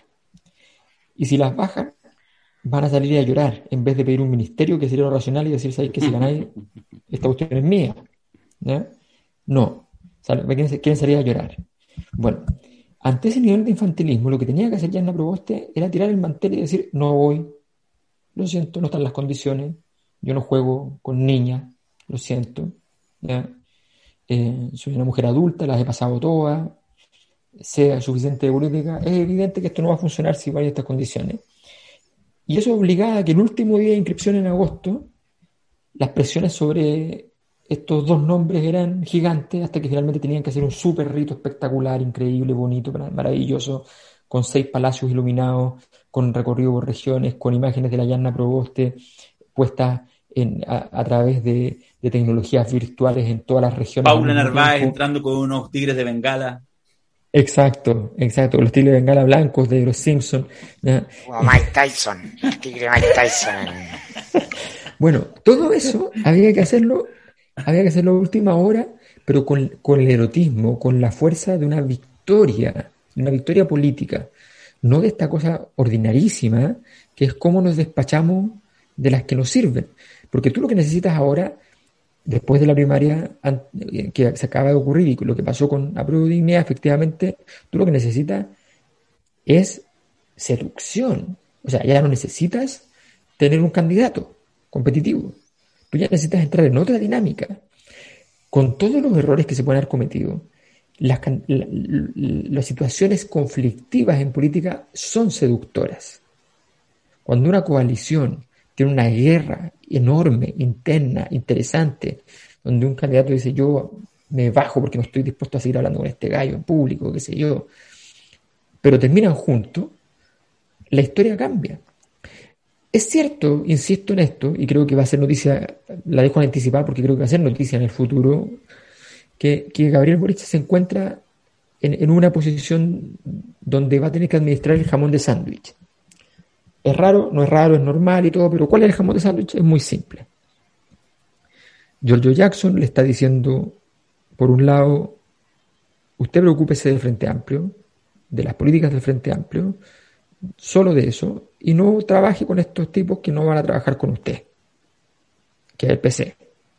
Y si las bajan, van a salir a llorar en vez de pedir un ministerio, que sería lo racional, y decir, ¿sabéis que si ganáis, esta cuestión es mía? ¿Ya? No, quieren salir a llorar. Bueno, ante ese nivel de infantilismo, lo que tenía que hacer Yanna Proboste era tirar el mantel y decir, no voy, lo siento, no están las condiciones, yo no juego con niñas, lo siento, ¿ya? Soy una mujer adulta, las he pasado todas, sea suficiente de política, es evidente que esto no va a funcionar si hay estas condiciones. Y eso obligaba a que el último día de inscripción en agosto, las presiones sobre estos 2 nombres eran gigantes, hasta que finalmente tenían que hacer un súper rito espectacular, increíble, bonito, maravilloso, con 6 palacios iluminados, con recorrido por regiones, con imágenes de la Yanna Proboste puestas a través de tecnologías virtuales en todas las regiones. Paula Narváez entrando con unos tigres de Bengala. Exacto, los tigres de Bengala blancos de los Simpsons. Como Mike Tyson, el tigre Mike Tyson. Bueno, todo eso había que hacerlo a última hora, pero con el erotismo, con la fuerza de una victoria política, no de esta cosa ordinarísima, que es cómo nos despachamos de las que nos sirven. Porque tú lo que necesitas ahora, después de la primaria que se acaba de ocurrir y lo que pasó con Apruebo Dignidad, efectivamente, tú lo que necesitas es seducción. O sea, ya no necesitas tener un candidato competitivo. Tú ya necesitas entrar en otra dinámica. Con todos los errores que se pueden haber cometido, las situaciones conflictivas en política son seductoras. Cuando una coalición tiene una guerra enorme, interna, interesante, donde un candidato dice yo me bajo porque no estoy dispuesto a seguir hablando con este gallo en público, qué sé yo, pero terminan juntos, la historia cambia. Es cierto, insisto en esto, y creo que va a ser noticia, la dejo anticipar porque creo que va a ser noticia en el futuro, que Gabriel Boric se encuentra en una posición donde va a tener que administrar el jamón de sándwich. Es raro, no es raro, es normal y todo, pero ¿cuál es el jamón de sándwich? Es muy simple. Giorgio Jackson le está diciendo, por un lado, usted preocúpese del Frente Amplio, de las políticas del Frente Amplio, solo de eso, y no trabaje con estos tipos que no van a trabajar con usted, que es el PC.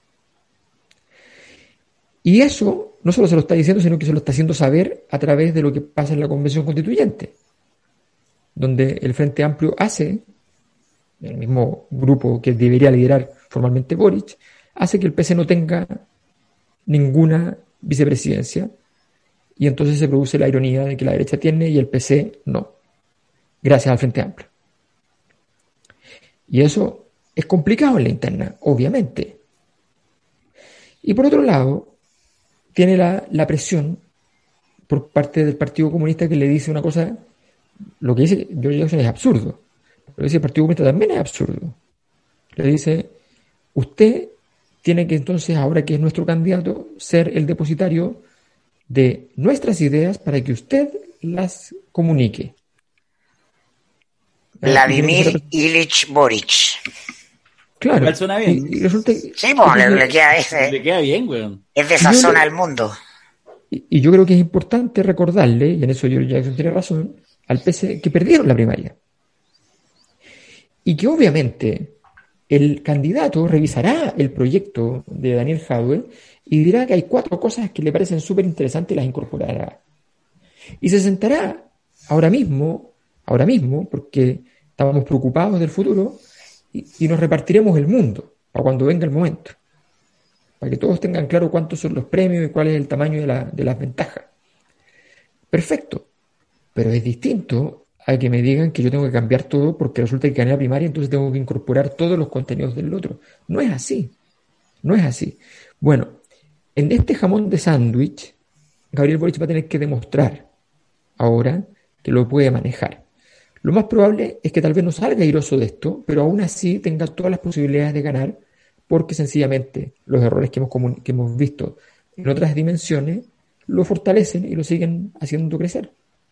Y eso no solo se lo está diciendo, sino que se lo está haciendo saber a través de lo que pasa en la Convención Constituyente, donde el Frente Amplio hace, el mismo grupo que debería liderar formalmente Boric, hace que el PC no tenga ninguna vicepresidencia, y entonces se produce la ironía de que la derecha tiene y el PC no, gracias al Frente Amplio. Y eso es complicado en la interna, obviamente. Y por otro lado, tiene la presión por parte del Partido Comunista, que le dice una cosa, lo que dice Giorgio Jackson es absurdo, lo que dice el Partido Comunista también es absurdo. Le dice, usted tiene que entonces, ahora que es nuestro candidato, ser el depositario de nuestras ideas para que usted las comunique. Vladimir Ilich Boric. Claro. Igual suena bien. Y resulta Sí, pues le queda ese. Le queda bien, weón. Es de esa zona del mundo. y yo creo que es importante recordarle, y en eso George Jackson tiene razón, al PC que perdieron la primaria. Y que obviamente el candidato revisará el proyecto de Daniel Jadwe y dirá que hay 4 cosas que le parecen súper interesantes y las incorporará. Y se sentará ahora mismo, porque estamos preocupados del futuro, y nos repartiremos el mundo para cuando venga el momento. Para que todos tengan claro cuántos son los premios y cuál es el tamaño de las ventajas. Perfecto. Pero es distinto a que me digan que yo tengo que cambiar todo porque resulta que gané la primaria, entonces tengo que incorporar todos los contenidos del otro. No es así. No es así. Bueno, en este jamón de sándwich, Gabriel Boric va a tener que demostrar ahora que lo puede manejar. Lo más probable es que tal vez no salga airoso de esto, pero aún así tenga todas las posibilidades de ganar, porque sencillamente los errores que hemos visto en otras dimensiones lo fortalecen y lo siguen haciendo crecer.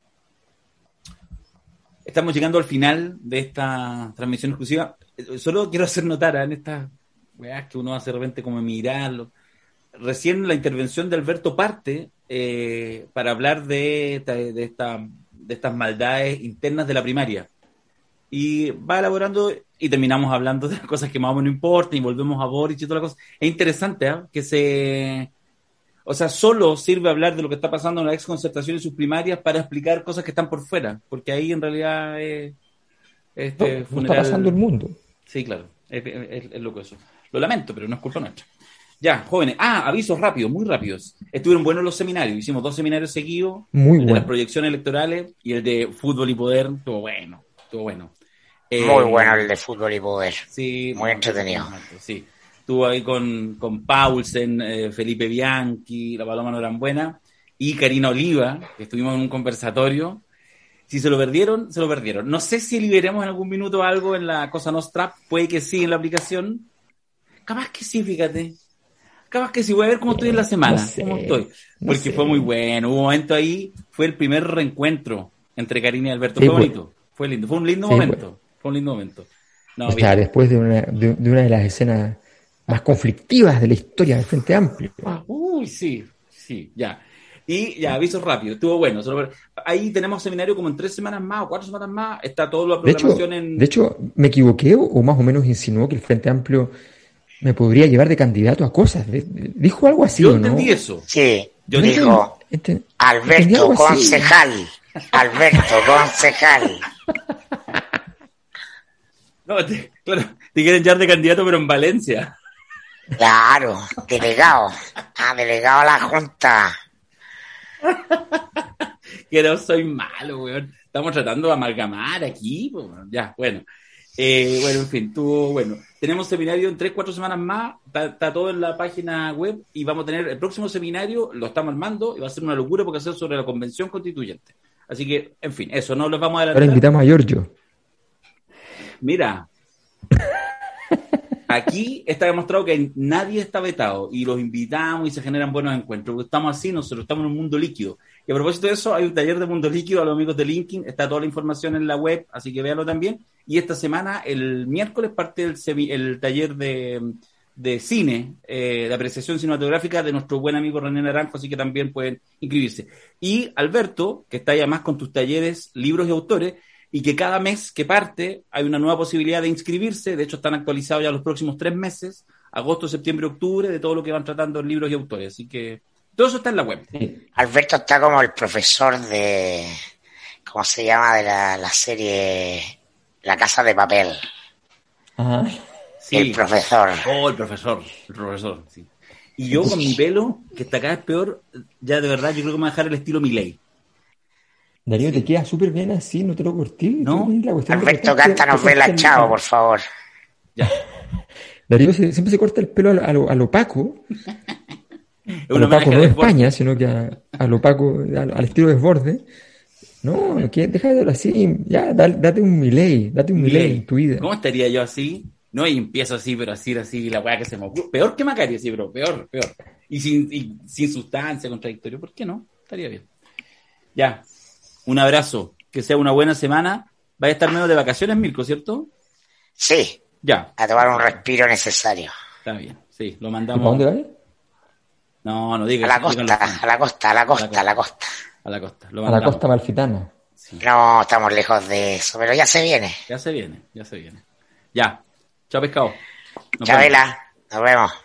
Estamos llegando al final de esta transmisión exclusiva. Solo quiero hacer notar en estas weas que uno hace de repente como mirarlo. Recién la intervención de Alberto parte para hablar de estas maldades internas de la primaria. Y va elaborando y terminamos hablando de las cosas que más o menos no importan y volvemos a Boric y toda la cosa. Es interesante, ¿eh? O sea, solo sirve hablar de lo que está pasando en la exconcertación y sus primarias para explicar cosas que están por fuera, porque ahí en realidad no está pasando el mundo. Sí, claro, es loco eso. Lo lamento, pero no es culpa nuestra. Ya, jóvenes. Avisos rápidos, muy rápidos. Estuvieron buenos los seminarios. Hicimos 2 seminarios seguidos. Muy el bueno. de las proyecciones electorales y el de fútbol y poder. Estuvo bueno. Muy bueno el de fútbol y poder. Sí. Muy entretenido. Sí. Estuvo ahí con Paulsen, Felipe Bianchi, la Paloma Norambuena y Karina Oliva, que estuvimos en un conversatorio. Si se lo perdieron, se lo perdieron. No sé si liberemos en algún minuto algo en la Cosa Nostra. Puede que sí en la aplicación. Capaz que sí, fíjate. Capaz que sí, voy a ver cómo estoy en la semana. No sé, cómo estoy. Porque no sé. fue muy bueno. Hubo un momento ahí, fue el primer reencuentro entre Karina y Alberto. Sí, fue bonito. Fue lindo. Fue un lindo Sí, momento. Fue un lindo momento. No, O sea, después de una de las escenas más conflictivas de la historia del Frente Amplio. Uy, sí, ya. Y ya, aviso rápido, estuvo bueno. Ahí tenemos seminario como en 3 semanas más o 4 semanas más. Está toda la programación de hecho, me equivoqué o más o menos insinuó que el Frente Amplio me podría llevar de candidato a cosas. Dijo algo así, Yo ¿o no? entendí eso. Sí, Yo dijo entendí Alberto algo así. concejal. Alberto concejal. No, claro, te quieren llevar de candidato, pero en Valencia. Claro, delegado. Delegado a la Junta. Que no soy malo, weón. Estamos tratando de amalgamar aquí. Pues, ya, bueno. Bueno, en fin, estuvo bueno. Tenemos seminario en 3-4 semanas más. Está todo en la página web y vamos a tener el próximo seminario. Lo estamos armando y va a ser una locura porque va a ser sobre la convención constituyente. Así que, en fin, eso no les vamos a adelantar. Ahora invitamos a Giorgio. Mira, aquí está demostrado que nadie está vetado y los invitamos y se generan buenos encuentros. Porque estamos así, nosotros estamos en un mundo líquido. Y a propósito de eso, hay un taller de mundo líquido a los amigos de LinkedIn. Está toda la información en la web, así que véanlo también. Y esta semana, el miércoles, parte el taller de cine, de apreciación cinematográfica de nuestro buen amigo René Naranjo, así que también pueden inscribirse. Y Alberto, que está ya más con tus talleres, libros y autores, y que cada mes que parte hay una nueva posibilidad de inscribirse. De hecho, están actualizados ya los próximos 3 meses, agosto, septiembre, octubre, de todo lo que van tratando en libros y autores. Así que todo eso está en la web. Sí. Alberto está como el profesor de... ¿Cómo se llama? De la serie La Casa de Papel. Ajá. Sí. El profesor. El profesor, sí. Y yo con mi pelo, que está acá es peor, ya de verdad, yo creo que me voy a dejar el estilo Milei. Darío, te queda súper bien así, no te lo corté. No. Alberto, cántanos vela, chao, por favor. Ya. Darío siempre se corta el pelo a lo Paco. Es A un lo homenaje Paco, a no de Desbordes. España, sino que a lo Paco, al estilo Desborde. No, deja de verlo así. Ya, date un Milei en tu vida. ¿Cómo estaría yo así? No, y empiezo así, pero así, la weá que se me ocurre. Peor que Macari, sí, bro, peor. Y sin sustancia, contradictorio. ¿Por qué no? Estaría bien. Ya, un abrazo. Que sea una buena semana. Vaya a estar medio de vacaciones, Mirko, ¿cierto? Sí. Ya. A tomar un respiro necesario. Está bien, sí, lo ¿Y mandamos. para dónde vais? No digas. A la costa. A la costa. A la Mandamos. costa malfitana. Sí. No, estamos lejos de eso, pero ya se viene. Ya se viene. Ya. Chao, pescado. Nos vemos. Chabela, nos vemos.